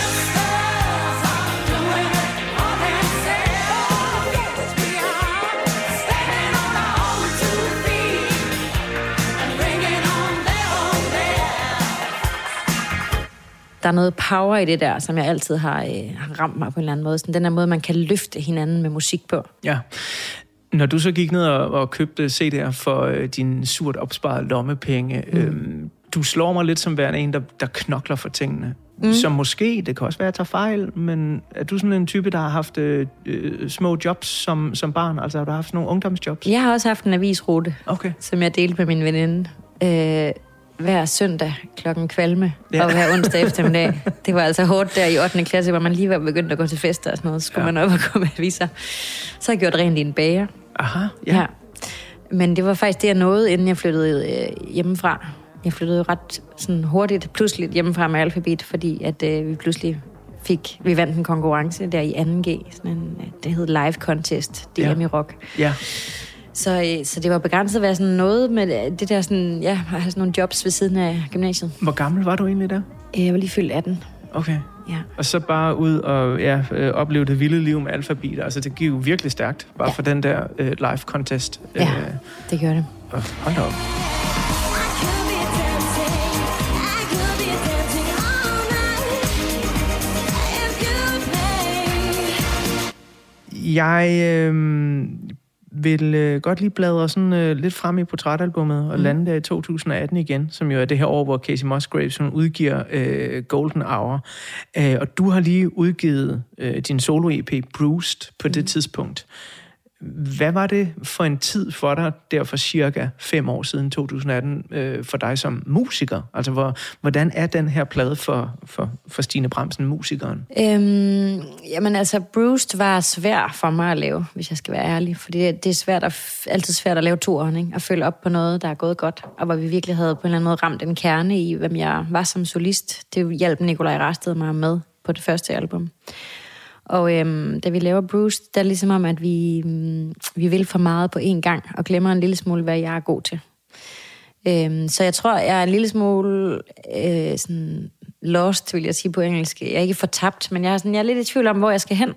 Der er noget power i det der, som jeg altid har, øh, har ramt mig på en eller anden måde. Sådan den der måde, man kan løfte hinanden med musik på. Ja. Når du så gik ned og, og købte C D'er for øh, din surt opsparede lommepenge, mm. øh, du slår mig lidt som værende en, der, der knokler for tingene. Mm. Som måske, det kan også være, at jeg tager fejl, men er du sådan en type, der har haft øh, små jobs som, som barn? Altså har du haft nogle ungdomsjobs? Jeg har også haft en avisrute, okay. som jeg delte med min veninde. Øh, hver søndag klokken kvalme, ja. og hver onsdag eftermiddag. Det var altså hårdt der i ottende klasse, hvor man lige var begyndt at gå til fester og sådan noget. Så skulle ja. man op og gå med aviser. Så har jeg gjort rent i en bager. Aha, ja. ja. Men det var faktisk det, jeg nåede, inden jeg flyttede øh, hjemmefra. Jeg flyttede ret sådan hurtigt, pludselig hjemmefra med alfabet, fordi at øh, vi pludselig fik, vi vandt en konkurrence der i anden G, sådan en, det hed Live Contest, D M ja. i rock. Ja. Så, så det var begrænset at være sådan noget med det der sådan, ja, at have sådan nogle jobs ved siden af gymnasiet. Hvor gammel var du egentlig der? Jeg var lige fyldt atten. Okay. Ja. Og så bare ud og ja, opleve det vilde liv med alfabet. Altså det giver jo virkelig stærkt, bare ja. for den der uh, live contest. Ja, uh, det gør det. Hold da op. Jeg øh, vil øh, godt lige bladre sådan øh, lidt frem i portrætalbummet og mm. lande der i to tusind og atten igen, som jo er det her år, hvor Kacey Musgraves hun udgiver øh, Golden Hour. Øh, og du har lige udgivet øh, din solo-E P Bruised på mm. det tidspunkt. Hvad var det for en tid for dig, der for cirka fem år siden, to tusind og atten, øh, for dig som musiker? Altså, hvor, hvordan er den her plade for, for, for Stine Bramsen, musikeren? Øhm, jamen altså, Bruised var svær for mig at lave, hvis jeg skal være ærlig. Fordi det, det er svært at, altid svært at lave toeren, ikke? At følge op på noget, der er gået godt. Og hvor vi virkelig havde på en eller anden måde ramt en kerne i, hvem jeg var som solist. Det hjalp Nikolaj Rasted mig med på det første album. Og øhm, da vi laver Bruce, der er ligesom om, at vi, øhm, vi vil for meget på én gang, og glemmer en lille smule, hvad jeg er god til. Øhm, så jeg tror, jeg er en lille smule øh, sådan lost, vil jeg sige på engelsk. Jeg er ikke fortabt, men jeg er, sådan, jeg er lidt i tvivl om, hvor jeg skal hen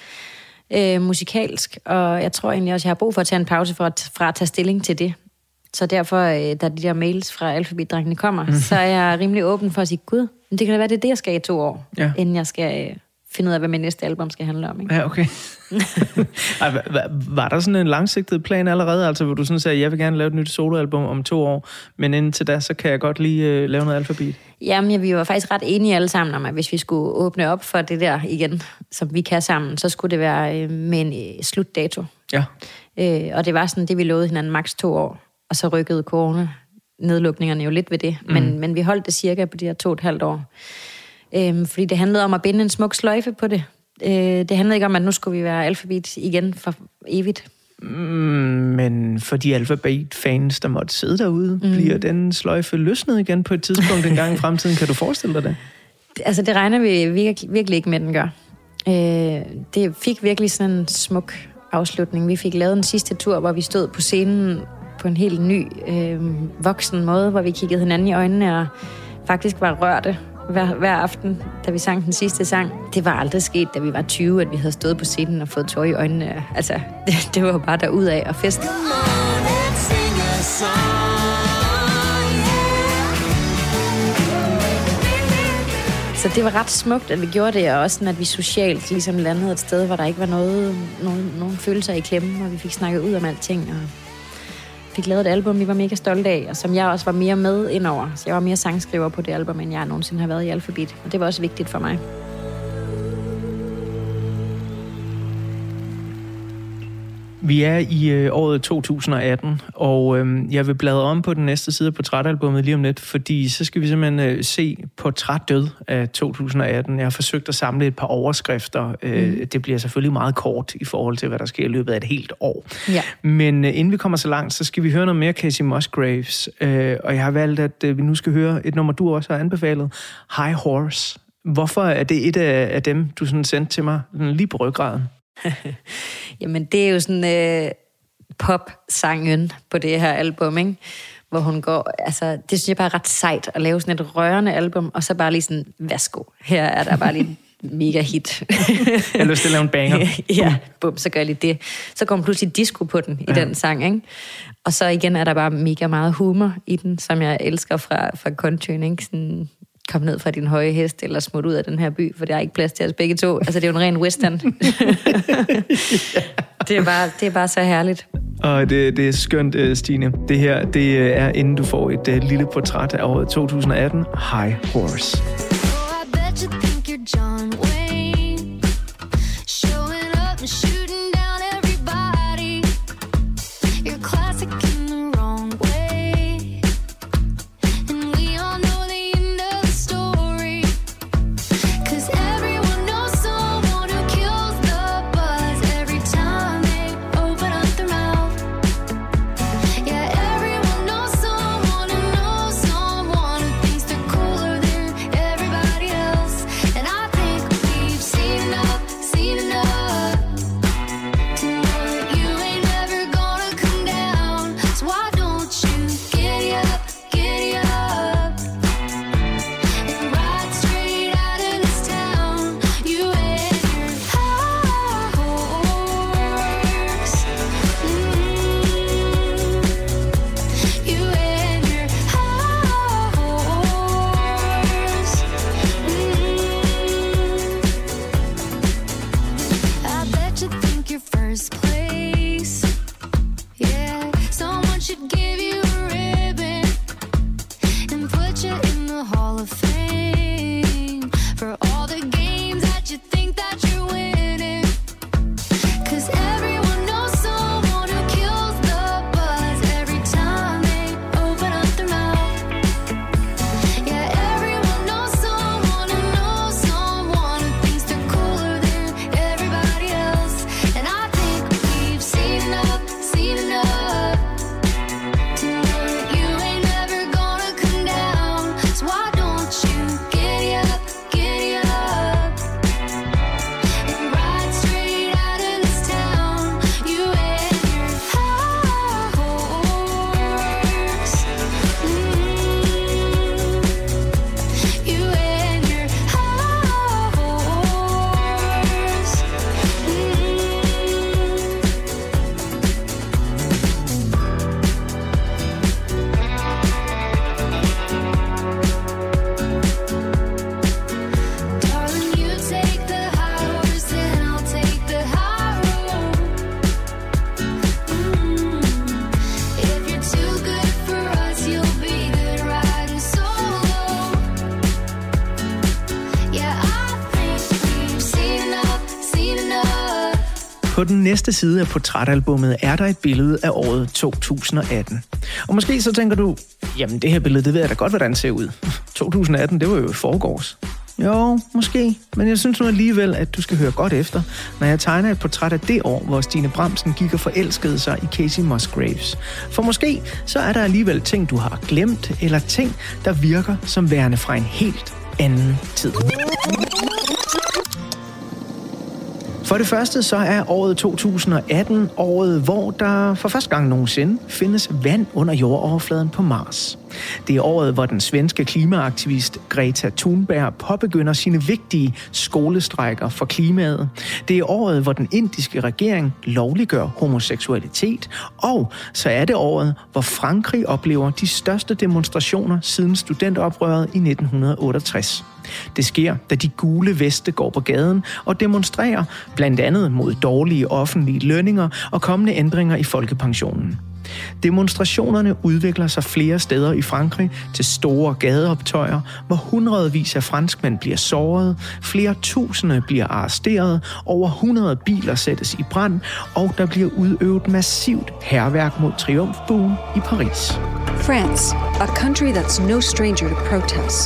øh, musikalsk. Og jeg tror egentlig også, jeg har brug for at tage en pause fra at, fra at tage stilling til det. Så derfor, øh, da de der mails fra Alphabet-drengene kommer, mm. så er jeg rimelig åben for at sige, gud, men det kan da være, det er det, jeg skal i to år, ja. inden jeg skal... Øh, finde ud af, hvad min næste album skal handle om. Ikke? Ja, okay. Ej, var der sådan en langsigtet plan allerede? Altså, hvor du sådan sagde, jeg vil gerne lave et nyt soloalbum om to år, men indtil da, så kan jeg godt lige uh, lave noget alfabet? Jamen, ja, vi var faktisk ret enige alle sammen om, at hvis vi skulle åbne op for det der igen, som vi kan sammen, så skulle det være øh, med en øh, slutdato. Ja. Øh, og det var sådan, det vi lovede hinanden maks to år, og så rykkede corona-nedlukningerne jo lidt ved det. Mm. Men, men vi holdt det cirka på de her to og et halvt år. Øhm, fordi det handlede om at binde en smuk sløjfe på det. Øh, det handlede ikke om, at nu skulle vi være alfabet igen for evigt. Mm, men for de alfabet-fans, der måtte sidde derude, mm. bliver den sløjfe løsnet igen på et tidspunkt en gang i fremtiden. Kan du forestille dig det? Altså, det regner vi virkelig, virkelig ikke med, den gør. Øh, det fik virkelig sådan en smuk afslutning. Vi fik lavet en sidste tur, hvor vi stod på scenen på en helt ny, øh, voksen måde, hvor vi kiggede hinanden i øjnene og faktisk var rørte hver, hver aften, da vi sang den sidste sang. Det var aldrig sket, da vi var tyve, at vi havde stået på scenen og fået tårer i øjnene. Altså, det, det var bare derudad og fest. Så det var ret smukt, at vi gjorde det, og også sådan, at vi socialt ligesom landede et sted, hvor der ikke var noget, nogen, nogen følelser i klemme, og vi fik snakket ud om alting, og fik lavet et album, vi var mega stolte af, og som jeg også var mere med indover. Så jeg var mere sangskriver på det album, end jeg nogensinde har været i Alphabeat, og det var også vigtigt for mig. Vi er i øh, året to tusind og atten, og øh, jeg vil bladre om på den næste side af portrætalbummet lige om lidt, fordi så skal vi simpelthen øh, se Portrætdød af to tusind og atten. Jeg har forsøgt at samle et par overskrifter. Øh, mm. Det bliver selvfølgelig meget kort i forhold til, hvad der sker i løbet af et helt år. Ja. Men øh, inden vi kommer så langt, så skal vi høre noget mere Kacey Musgraves, øh, og jeg har valgt, at øh, vi nu skal høre et nummer, du også har anbefalet, High Horse. Hvorfor er det et af, af dem, du sådan sendte til mig lige på ryggraden? Jamen, det er jo sådan øh, pop-sangen på det her album, ikke? Hvor hun går, altså, det synes jeg bare er ret sejt at lave sådan et rørende album, og så bare lige sådan, værsgo, her er der bare lige mega hit. Jeg har lyst til at lave en banger. Ja, bum, så gør jeg lige det. Så kommer pludselig disco på den i ja. den sang, ikke? Og så igen er der bare mega meget humor i den, som jeg elsker fra, fra countryen, ikke? Sådan, kom ned fra din høje hest, eller smut ud af den her by, for der er ikke plads til os begge to. Altså, det er jo en ren western. det, er bare, det er bare så herligt. Og det, det er skønt, Stine. Det her, det er inden du får et uh, lille portræt af året to tusind og atten. High Horse. På den næste side af portrætalbummet er der et billede af året to tusind og atten. Og måske så tænker du, jamen det her billede, det ved jeg da godt, hvordan det ser ud. to tusind og atten, det var jo i forgårs. Jo, måske. Men jeg synes nu alligevel, at du skal høre godt efter, når jeg tegner et portræt af det år, hvor Stine Bramsen gik og forelskede sig i Kacey Musgraves. For måske så er der alligevel ting, du har glemt, eller ting, der virker som værende fra en helt anden tid. For det første så er året to tusind atten året, hvor der for første gang nogensinde findes vand under jordoverfladen på Mars. Det er året, hvor den svenske klimaaktivist Greta Thunberg påbegynder sine vigtige skolestrejker for klimaet. Det er året, hvor den indiske regering lovliggør homoseksualitet. Og så er det året, hvor Frankrig oplever de største demonstrationer siden studenteroprøret i nitten otteogtres. Det sker, da de gule veste går på gaden og demonstrerer blandt andet mod dårlige offentlige lønninger og kommende ændringer i folkepensionen. Demonstrationerne udvikler sig flere steder i Frankrig til store gadeoptøjer, hvor hundredvis af franskmænd bliver såret, flere tusinde bliver arresteret, over hundrede biler sættes i brand, og der bliver udøvet massivt hærværk mod Triumfbuen i Paris. France, a country that's no stranger to protests.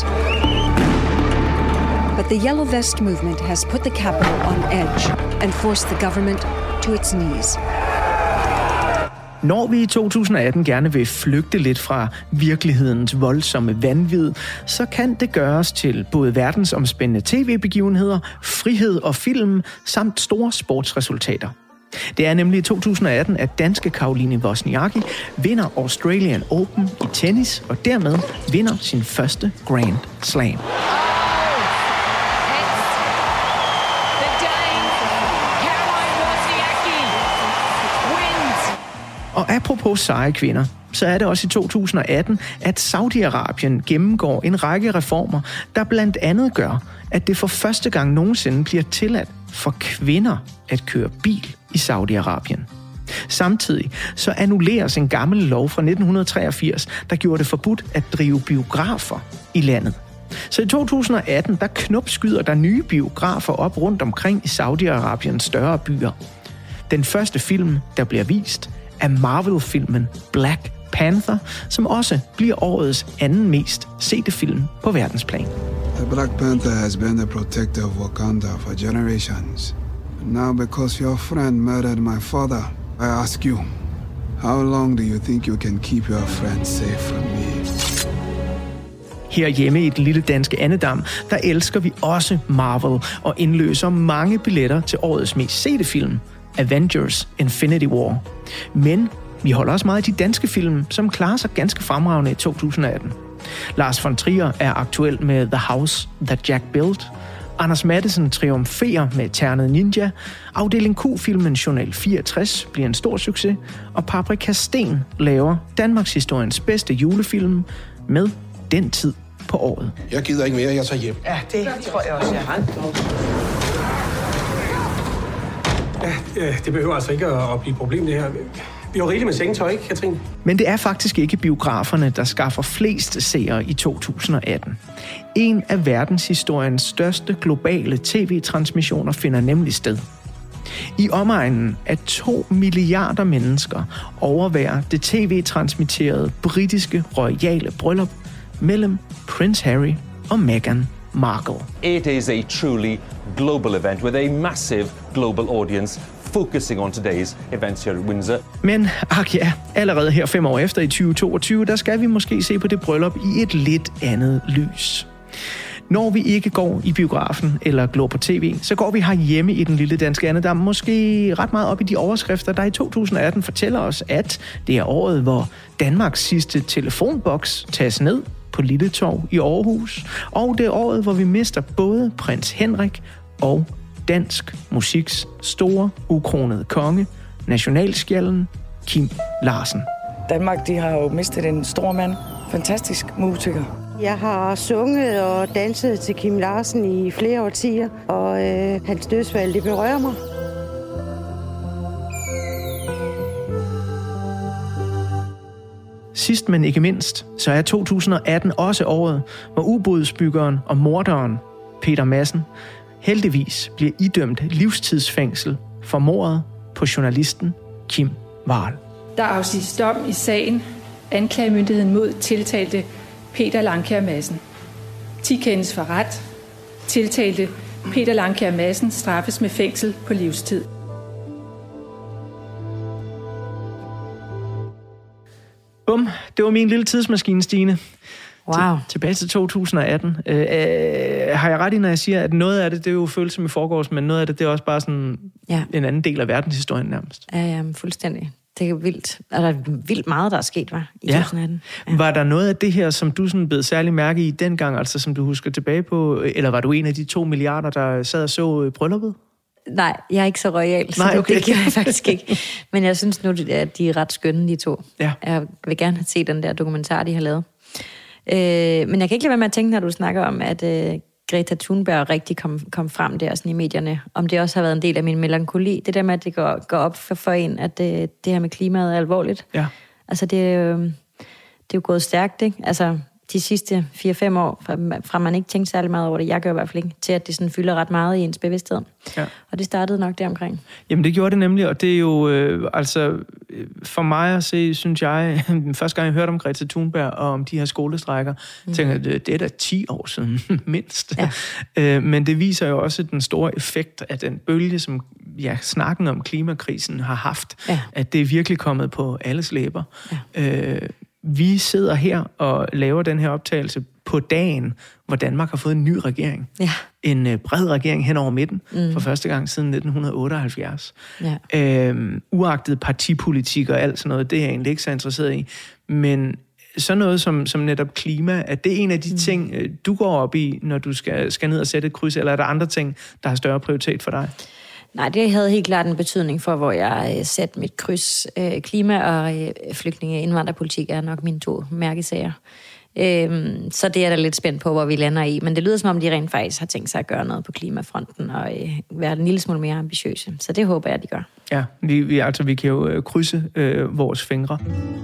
But the Yellow Vest movement has put the capital on edge and forced the government to its knees. Når vi i to tusind atten gerne vil flygte lidt fra virkelighedens voldsomme vanvid, så kan det gøres til både verdensomspændende tv-begivenheder, frihed og film, samt store sportsresultater. Det er nemlig i to tusind atten, at danske Caroline Wozniacki vinder Australian Open i tennis, og dermed vinder sin første Grand Slam. Og apropos seje kvinder, så er det også i to tusind atten, at Saudi-Arabien gennemgår en række reformer, der blandt andet gør, at det for første gang nogensinde bliver tilladt for kvinder at køre bil i Saudi-Arabien. Samtidig så annulleres en gammel lov fra nitten treogfirs, der gjorde det forbudt at drive biografer i landet. Så i to tusind atten, der knopskyder der nye biografer op rundt omkring i Saudi-Arabiens større byer. Den første film, der bliver vist, er Marvel-filmen Black Panther, som også bliver årets anden mest sete film på verdensplan. The Black Panther has been the protector of Wakanda for generations. Now because your friend murdered my father, I ask you, how long do you think you can keep your friend safe from me? Her hjemme i den lille danske andedam, der elsker vi også Marvel og indløser mange billetter til årets mest sete film, Avengers Infinity War. Men vi holder også meget af de danske film, som klarer sig ganske fremragende i to tusind atten. Lars von Trier er aktuel med The House That Jack Built. Anders Matthesen triumferer med Ternet Ninja. Afdeling Q-filmen Journal fireogtres bliver en stor succes. Og Paprika Steen laver Danmarks historiens bedste julefilm med Den tid på året. Jeg gider ikke mere, jeg tager hjem. Ja, det tror jeg også, jeg har. Ja, det behøver altså ikke at blive et problem, det her. Vi har rigeligt med sengetøj, ikke, Katrine? Men det er faktisk ikke biograferne, der skaffer flest seere i to tusind atten. En af verdenshistoriens største globale tv-transmissioner finder nemlig sted. I omegnen af to milliarder mennesker overværer det tv-transmitterede britiske royale bryllup mellem Prince Harry og Meghan Markle. It is a truly global event with a massive global audience focusing on today's events here at Windsor. Men ak ja, allerede her fem år efter i tyve toogtyve, der skal vi måske se på det bryllup i et lidt andet lys. Når vi ikke går i biografen eller glor på tv, så går vi herhjemme i den lille danske andedam måske ret meget op i de overskrifter, der i to tusind atten fortæller os, at det er året, hvor Danmarks sidste telefonboks tages ned på Lille Torv i Aarhus, og det er året, hvor vi mister både prins Henrik og dansk musiks store, ukronede konge, nationalskjalden Kim Larsen. Danmark, de har jo mistet en stor mand. Fantastisk musiker. Jeg har sunget og danset til Kim Larsen i flere årtier, og øh, hans dødsfald, det berører mig. Sidst, men ikke mindst, så er to tusind atten også året, hvor ubådsbyggeren og morderen Peter Madsen heldigvis bliver idømt livstidsfængsel for mordet på journalisten Kim Wall. Der afsiges dom i sagen anklagemyndigheden mod tiltalte Peter Langkjær Madsen. ti kendes for ret. Tiltalte Peter Langkjær Madsen straffes med fængsel på livstid. Bum, det var min lille tidsmaskine, Stine. Wow. Til, tilbage til to tusind og atten. Øh, øh, har jeg ret i, når jeg siger, at noget af det, det er jo følelse i forgårs, men noget af det, det er også bare sådan ja. en anden del af verdenshistorien nærmest. Ja, ja, fuldstændig. Det er vildt. Og der er vildt meget, der er sket, var i ja. to tusind atten. Ja. Var der noget af det her, som du sådan bed særlig mærke i dengang, altså som du husker tilbage på, eller var du en af de to milliarder, der sad og så brylluppet? Nej, jeg er ikke så royal, så Nej, okay. det gjorde jeg faktisk ikke. Men jeg synes nu, at de er ret skønne, de to. Ja. Jeg vil gerne have set den der dokumentar, de har lavet. Øh, men jeg kan ikke lade være med at tænke, når du snakker om, at øh, Greta Thunberg rigtig kom, kom frem der sådan i medierne, om det også har været en del af min melankoli. Det der med, at det går, går op for, for en, at det, det her med klimaet er alvorligt. Ja. Altså, det, øh, det er jo gået stærkt, ikke? Altså, de sidste fire fem år, fra, fra man ikke tænkte særlig meget over det, jeg gør i hvert fald ikke, til at det sådan fylder ret meget i ens bevidsthed. Ja. Og det startede nok deromkring. Jamen det gjorde det nemlig, og det er jo, øh, altså, for mig at se, synes jeg, første gang jeg hørte om Greta Thunberg og om de her skolestrækker, mm. tænker jeg, det er da ti år siden, mindst. Ja. Øh, men det viser jo også den store effekt af den bølge, som ja, snakken om klimakrisen har haft, ja. At det er virkelig kommet på alles læber. Ja. Øh, Vi sidder her og laver den her optagelse på dagen, hvor Danmark har fået en ny regering. Ja. En øh, bred regering hen over midten, mm. for første gang siden nitten otteoghalvfjerds. Ja. Øhm, uagtet partipolitik og alt sådan noget, det er jeg egentlig ikke så interesseret i. Men sådan noget som, som netop klima, er det en af de mm. ting, du går op i, når du skal, skal ned og sætte et kryds, eller er der andre ting, der har større prioritet for dig? Nej, det havde helt klart en betydning for, hvor jeg øh, satte mit kryds. Øh, klima og øh, flygtninge- og indvandrerpolitik er nok mine to mærkesager. Øh, så det er jeg da lidt spændt på, hvor vi lander i. Men det lyder som om, de rent faktisk har tænkt sig at gøre noget på klimafronten og øh, være en lille smule mere ambitiøse. Så det håber jeg, de gør. Ja, vi, vi, altså, vi kan jo øh, krydse øh, vores fingre.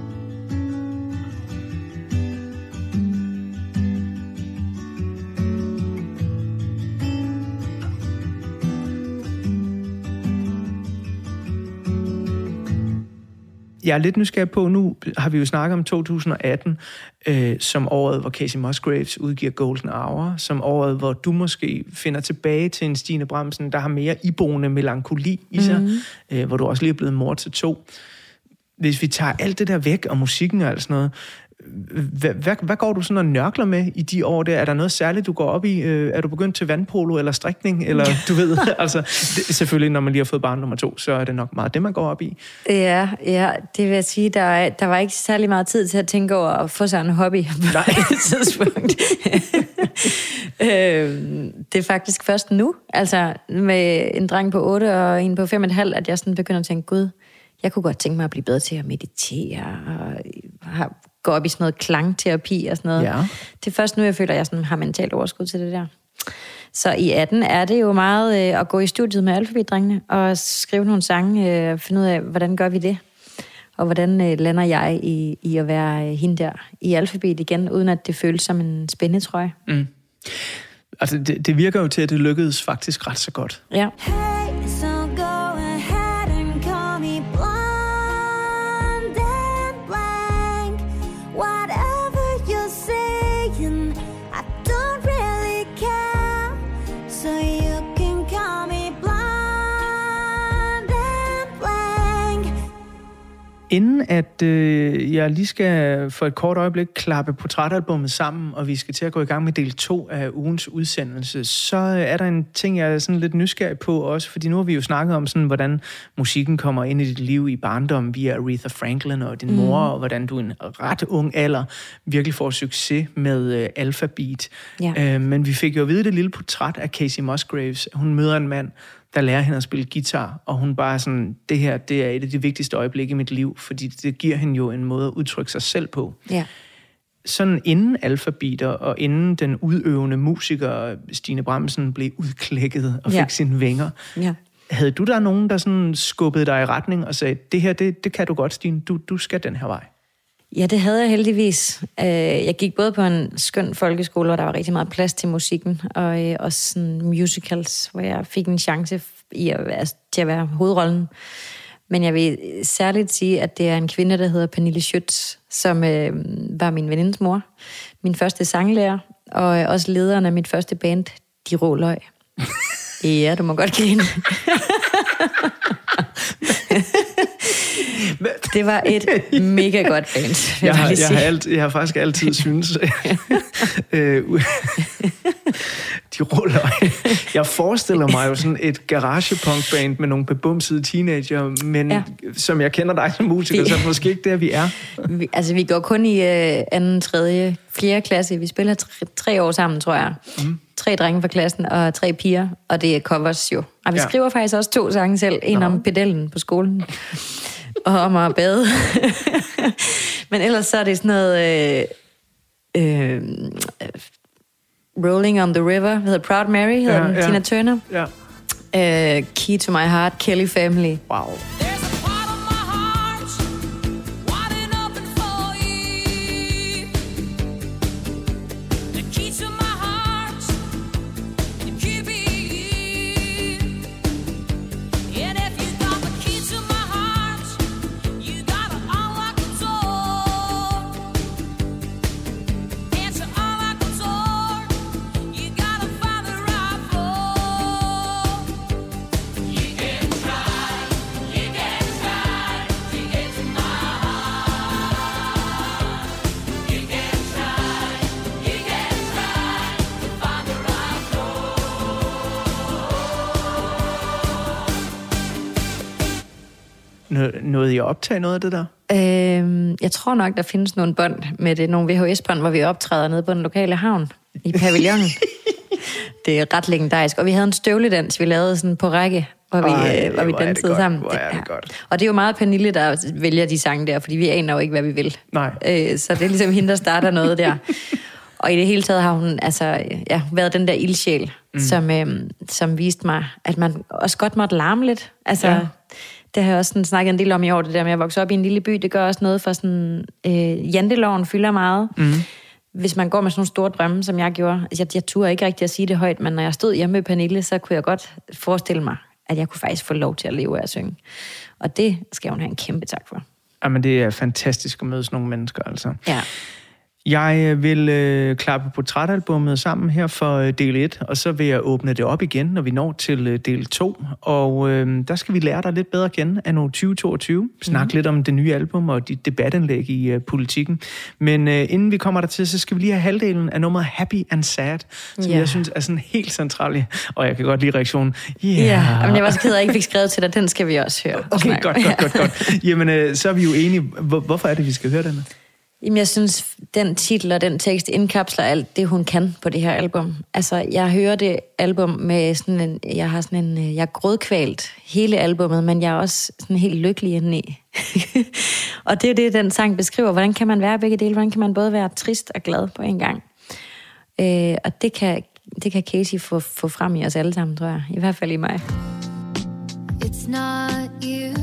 Jeg er lidt nysgerrig på, nu har vi jo snakket om to tusind og atten, øh, som året, hvor Kacey Musgraves udgiver Golden Hour, som året, hvor du måske finder tilbage til en Stine Bramsen, der har mere iboende melankoli i sig, mm-hmm. øh, hvor du også lige er blevet mor til to. Hvis vi tager alt det der væk, og musikken og alt sådan noget, Hvad, hvad, hvad går du sådan og nørkler med i de år der? Er der noget særligt, du går op i? Er du begyndt til vandpolo eller strikning? Eller du ved, altså, det, selvfølgelig, når man lige har fået barn nummer to, så er det nok meget det, man går op i. Ja, ja, det vil jeg sige, der, der var ikke særlig meget tid til at tænke over at få sig en hobby på et tidspunkt. Det er faktisk først nu, altså med en dreng på otte og en på fem og et halvt, at jeg sådan begynder at tænke, gud, jeg kunne godt tænke mig at blive bedre til at meditere og har gå op i sådan noget klangterapi og sådan noget. Ja. Det er først nu, jeg føler, at jeg sådan har mentalt overskud til det der. Så i atten er det jo meget øh, at gå i studiet med alfabetdrengene og skrive nogle sange, øh, finde ud af, hvordan gør vi det? Og hvordan øh, lander jeg i, i at være øh, hende der i alfabet igen, uden at det føles som en spændetrøje. Mm. Altså, det, det virker jo til, at det lykkedes faktisk ret så godt. Ja. Inden at øh, jeg lige skal for et kort øjeblik klappe portrætalbummet sammen, og vi skal til at gå i gang med del to af ugens udsendelse, så er der en ting, jeg er sådan lidt nysgerrig på også, fordi nu har vi jo snakket om, sådan, hvordan musikken kommer ind i dit liv i barndommen via Aretha Franklin og din mor, mm. og hvordan du i en ret ung alder virkelig får succes med øh, alfabet. Ja. Øh, men vi fik jo at vide det lille portræt af Kacey Musgraves. Hun møder en mand, der lærer hende at spille guitar, og hun bare sådan, det her, det er et af de vigtigste øjeblikke i mit liv, fordi det giver hende jo en måde at udtrykke sig selv på. Ja. Sådan inden alfabeter, og inden den udøvende musiker Stine Bramsen blev udklækket og fik ja. sine vinger, ja. havde du der nogen, der sådan skubbede dig i retning og sagde, det her, det, det kan du godt, Stine, du, du skal den her vej? Ja, det havde jeg heldigvis. Jeg gik både på en skøn folkeskole, hvor der var rigtig meget plads til musikken, og også sådan musicals, hvor jeg fik en chance i at være, til at være hovedrollen. Men jeg vil særligt sige, at det er en kvinde, der hedder Pernille Schütz, som øh, var min venindes mor, min første sanglærer, og også lederen af mit første band, De Rå Løg. Ja, du må godt grine. Det var et mega godt band. Jeg har, jeg, har alt, jeg har faktisk altid synes... øh, de ruller. Jeg forestiller mig jo sådan et garage-punk-band med nogle bebumsede teenager, men ja. Som jeg kender dig som musiker, vi, så er det måske ikke der, vi er. Vi, altså, vi går kun i øh, anden, tredje, fjerde klasse. Vi spiller tre, tre år sammen, tror jeg. Mm. Tre drenge fra klassen og tre piger, og det er covers jo. Og vi ja. skriver faktisk også to sange selv. En Nå. om pedellen på skolen, og om at bade. Men ellers så er det sådan noget... Øh, øh, Rolling on the River, hedder Proud Mary, hedder ja, den, ja. Tina Turner. Ja. Uh, Key to My Heart, Kelly Family. Wow. Nåede I at optage noget af det der? Øhm, jeg tror nok, der findes nogle bånd med det. Nogle V H S-bånd, hvor vi optræder nede på den lokale havn i pavillonen. Det er ret legendarisk. Og vi havde en støvledans, vi lavede sådan på række, hvor vi, Ej, øh, hvor vi dansede sammen. Hvor er det godt. Og det er jo meget Pernille, der vælger de sange der, fordi vi aner jo ikke, hvad vi vil. Nej. Øh, så det er ligesom hende, der starter noget der. Og i det hele taget har hun altså, ja, været den der ildsjæl, mm. som, øh, som viste mig, at man også godt måtte larme lidt. Altså... Ja. Det har jeg også sådan snakket en del om i år, det der med at vokse op i en lille by. Det gør også noget for sådan... Øh, janteloven fylder meget. Mm. Hvis man går med sådan nogle store drømme, som jeg gjorde. Jeg, jeg turde ikke rigtig at sige det højt, men når jeg stod hjemme med Pernille, så kunne jeg godt forestille mig, at jeg kunne faktisk få lov til at leve af at synge. Og det skal hun have en kæmpe tak for. Jamen, det er fantastisk at møde sådan nogle mennesker, altså. Ja. Jeg vil øh, klappe portrætalbummet sammen her for øh, del et, og så vil jeg åbne det op igen, når vi når til øh, del to. Og øh, der skal vi lære dig lidt bedre at kende anno tyve toogtyve. Snakke mm. lidt om det nye album og dit debatindlæg i øh, politikken. Men øh, inden vi kommer dertil, så skal vi lige have halvdelen af nummeret Happy and Sad, som yeah. jeg synes er sådan helt central. Og jeg kan godt lide reaktionen. Yeah. Ja, men jeg var så ked af, at jeg ikke fik skrevet til dig. Den skal vi også høre. Okay, godt, godt, godt, godt. Jamen, øh, så er vi jo enige. Hvor, hvorfor er det, vi skal høre den? Jamen, jeg synes, den titel og den tekst indkapsler alt det, hun kan på det her album. Altså, jeg hører det album med sådan en... Jeg har sådan en... Jeg er grådkvalt hele albummet, men jeg er også sådan helt lykkelig indeni. Og det er det, den sang beskriver. Hvordan kan man være begge dele? Hvordan kan man både være trist og glad på en gang? Øh, og det kan, det kan Casey få, få frem i os alle sammen, tror jeg. I hvert fald i mig. It's not you.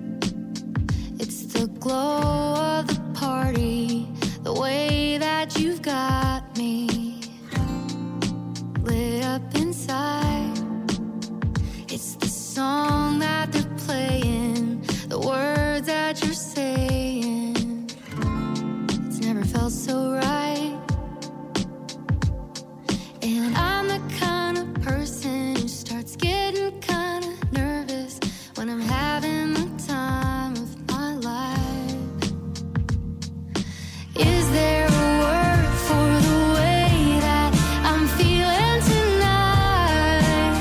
It's the glow of the party, the way that you've got me lit up inside. It's the song that they're playing, the words that you're saying. It's never felt so right. And I'm the kind of person who starts getting kind of nervous when I'm having the time of my life. Is there a word for the way that I'm feeling tonight?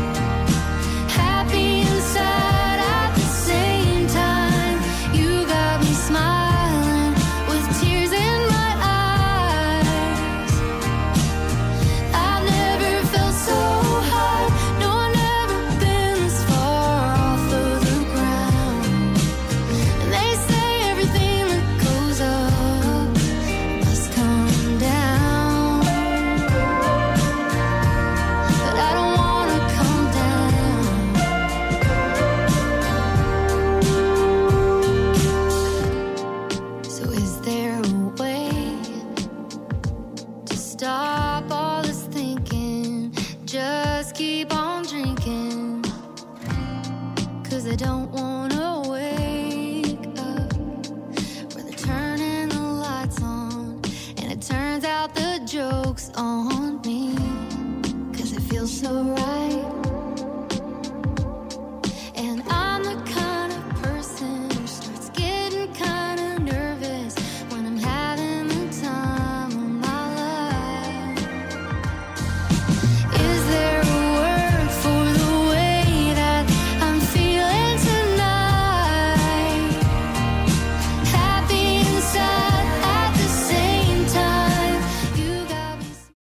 Happy and sad at the same time. You got me smiling with tears in my eyes. I've never felt so high. No, I've never been this far off of the ground. And they say everything that goes up must come down, but I don't wanna come down. So is there a way to stop all this thinking? Just keep on drinking, 'cause I don't wanna wake up where they're turning the lights on, and it turns out the joke's on me, 'cause it feels so right.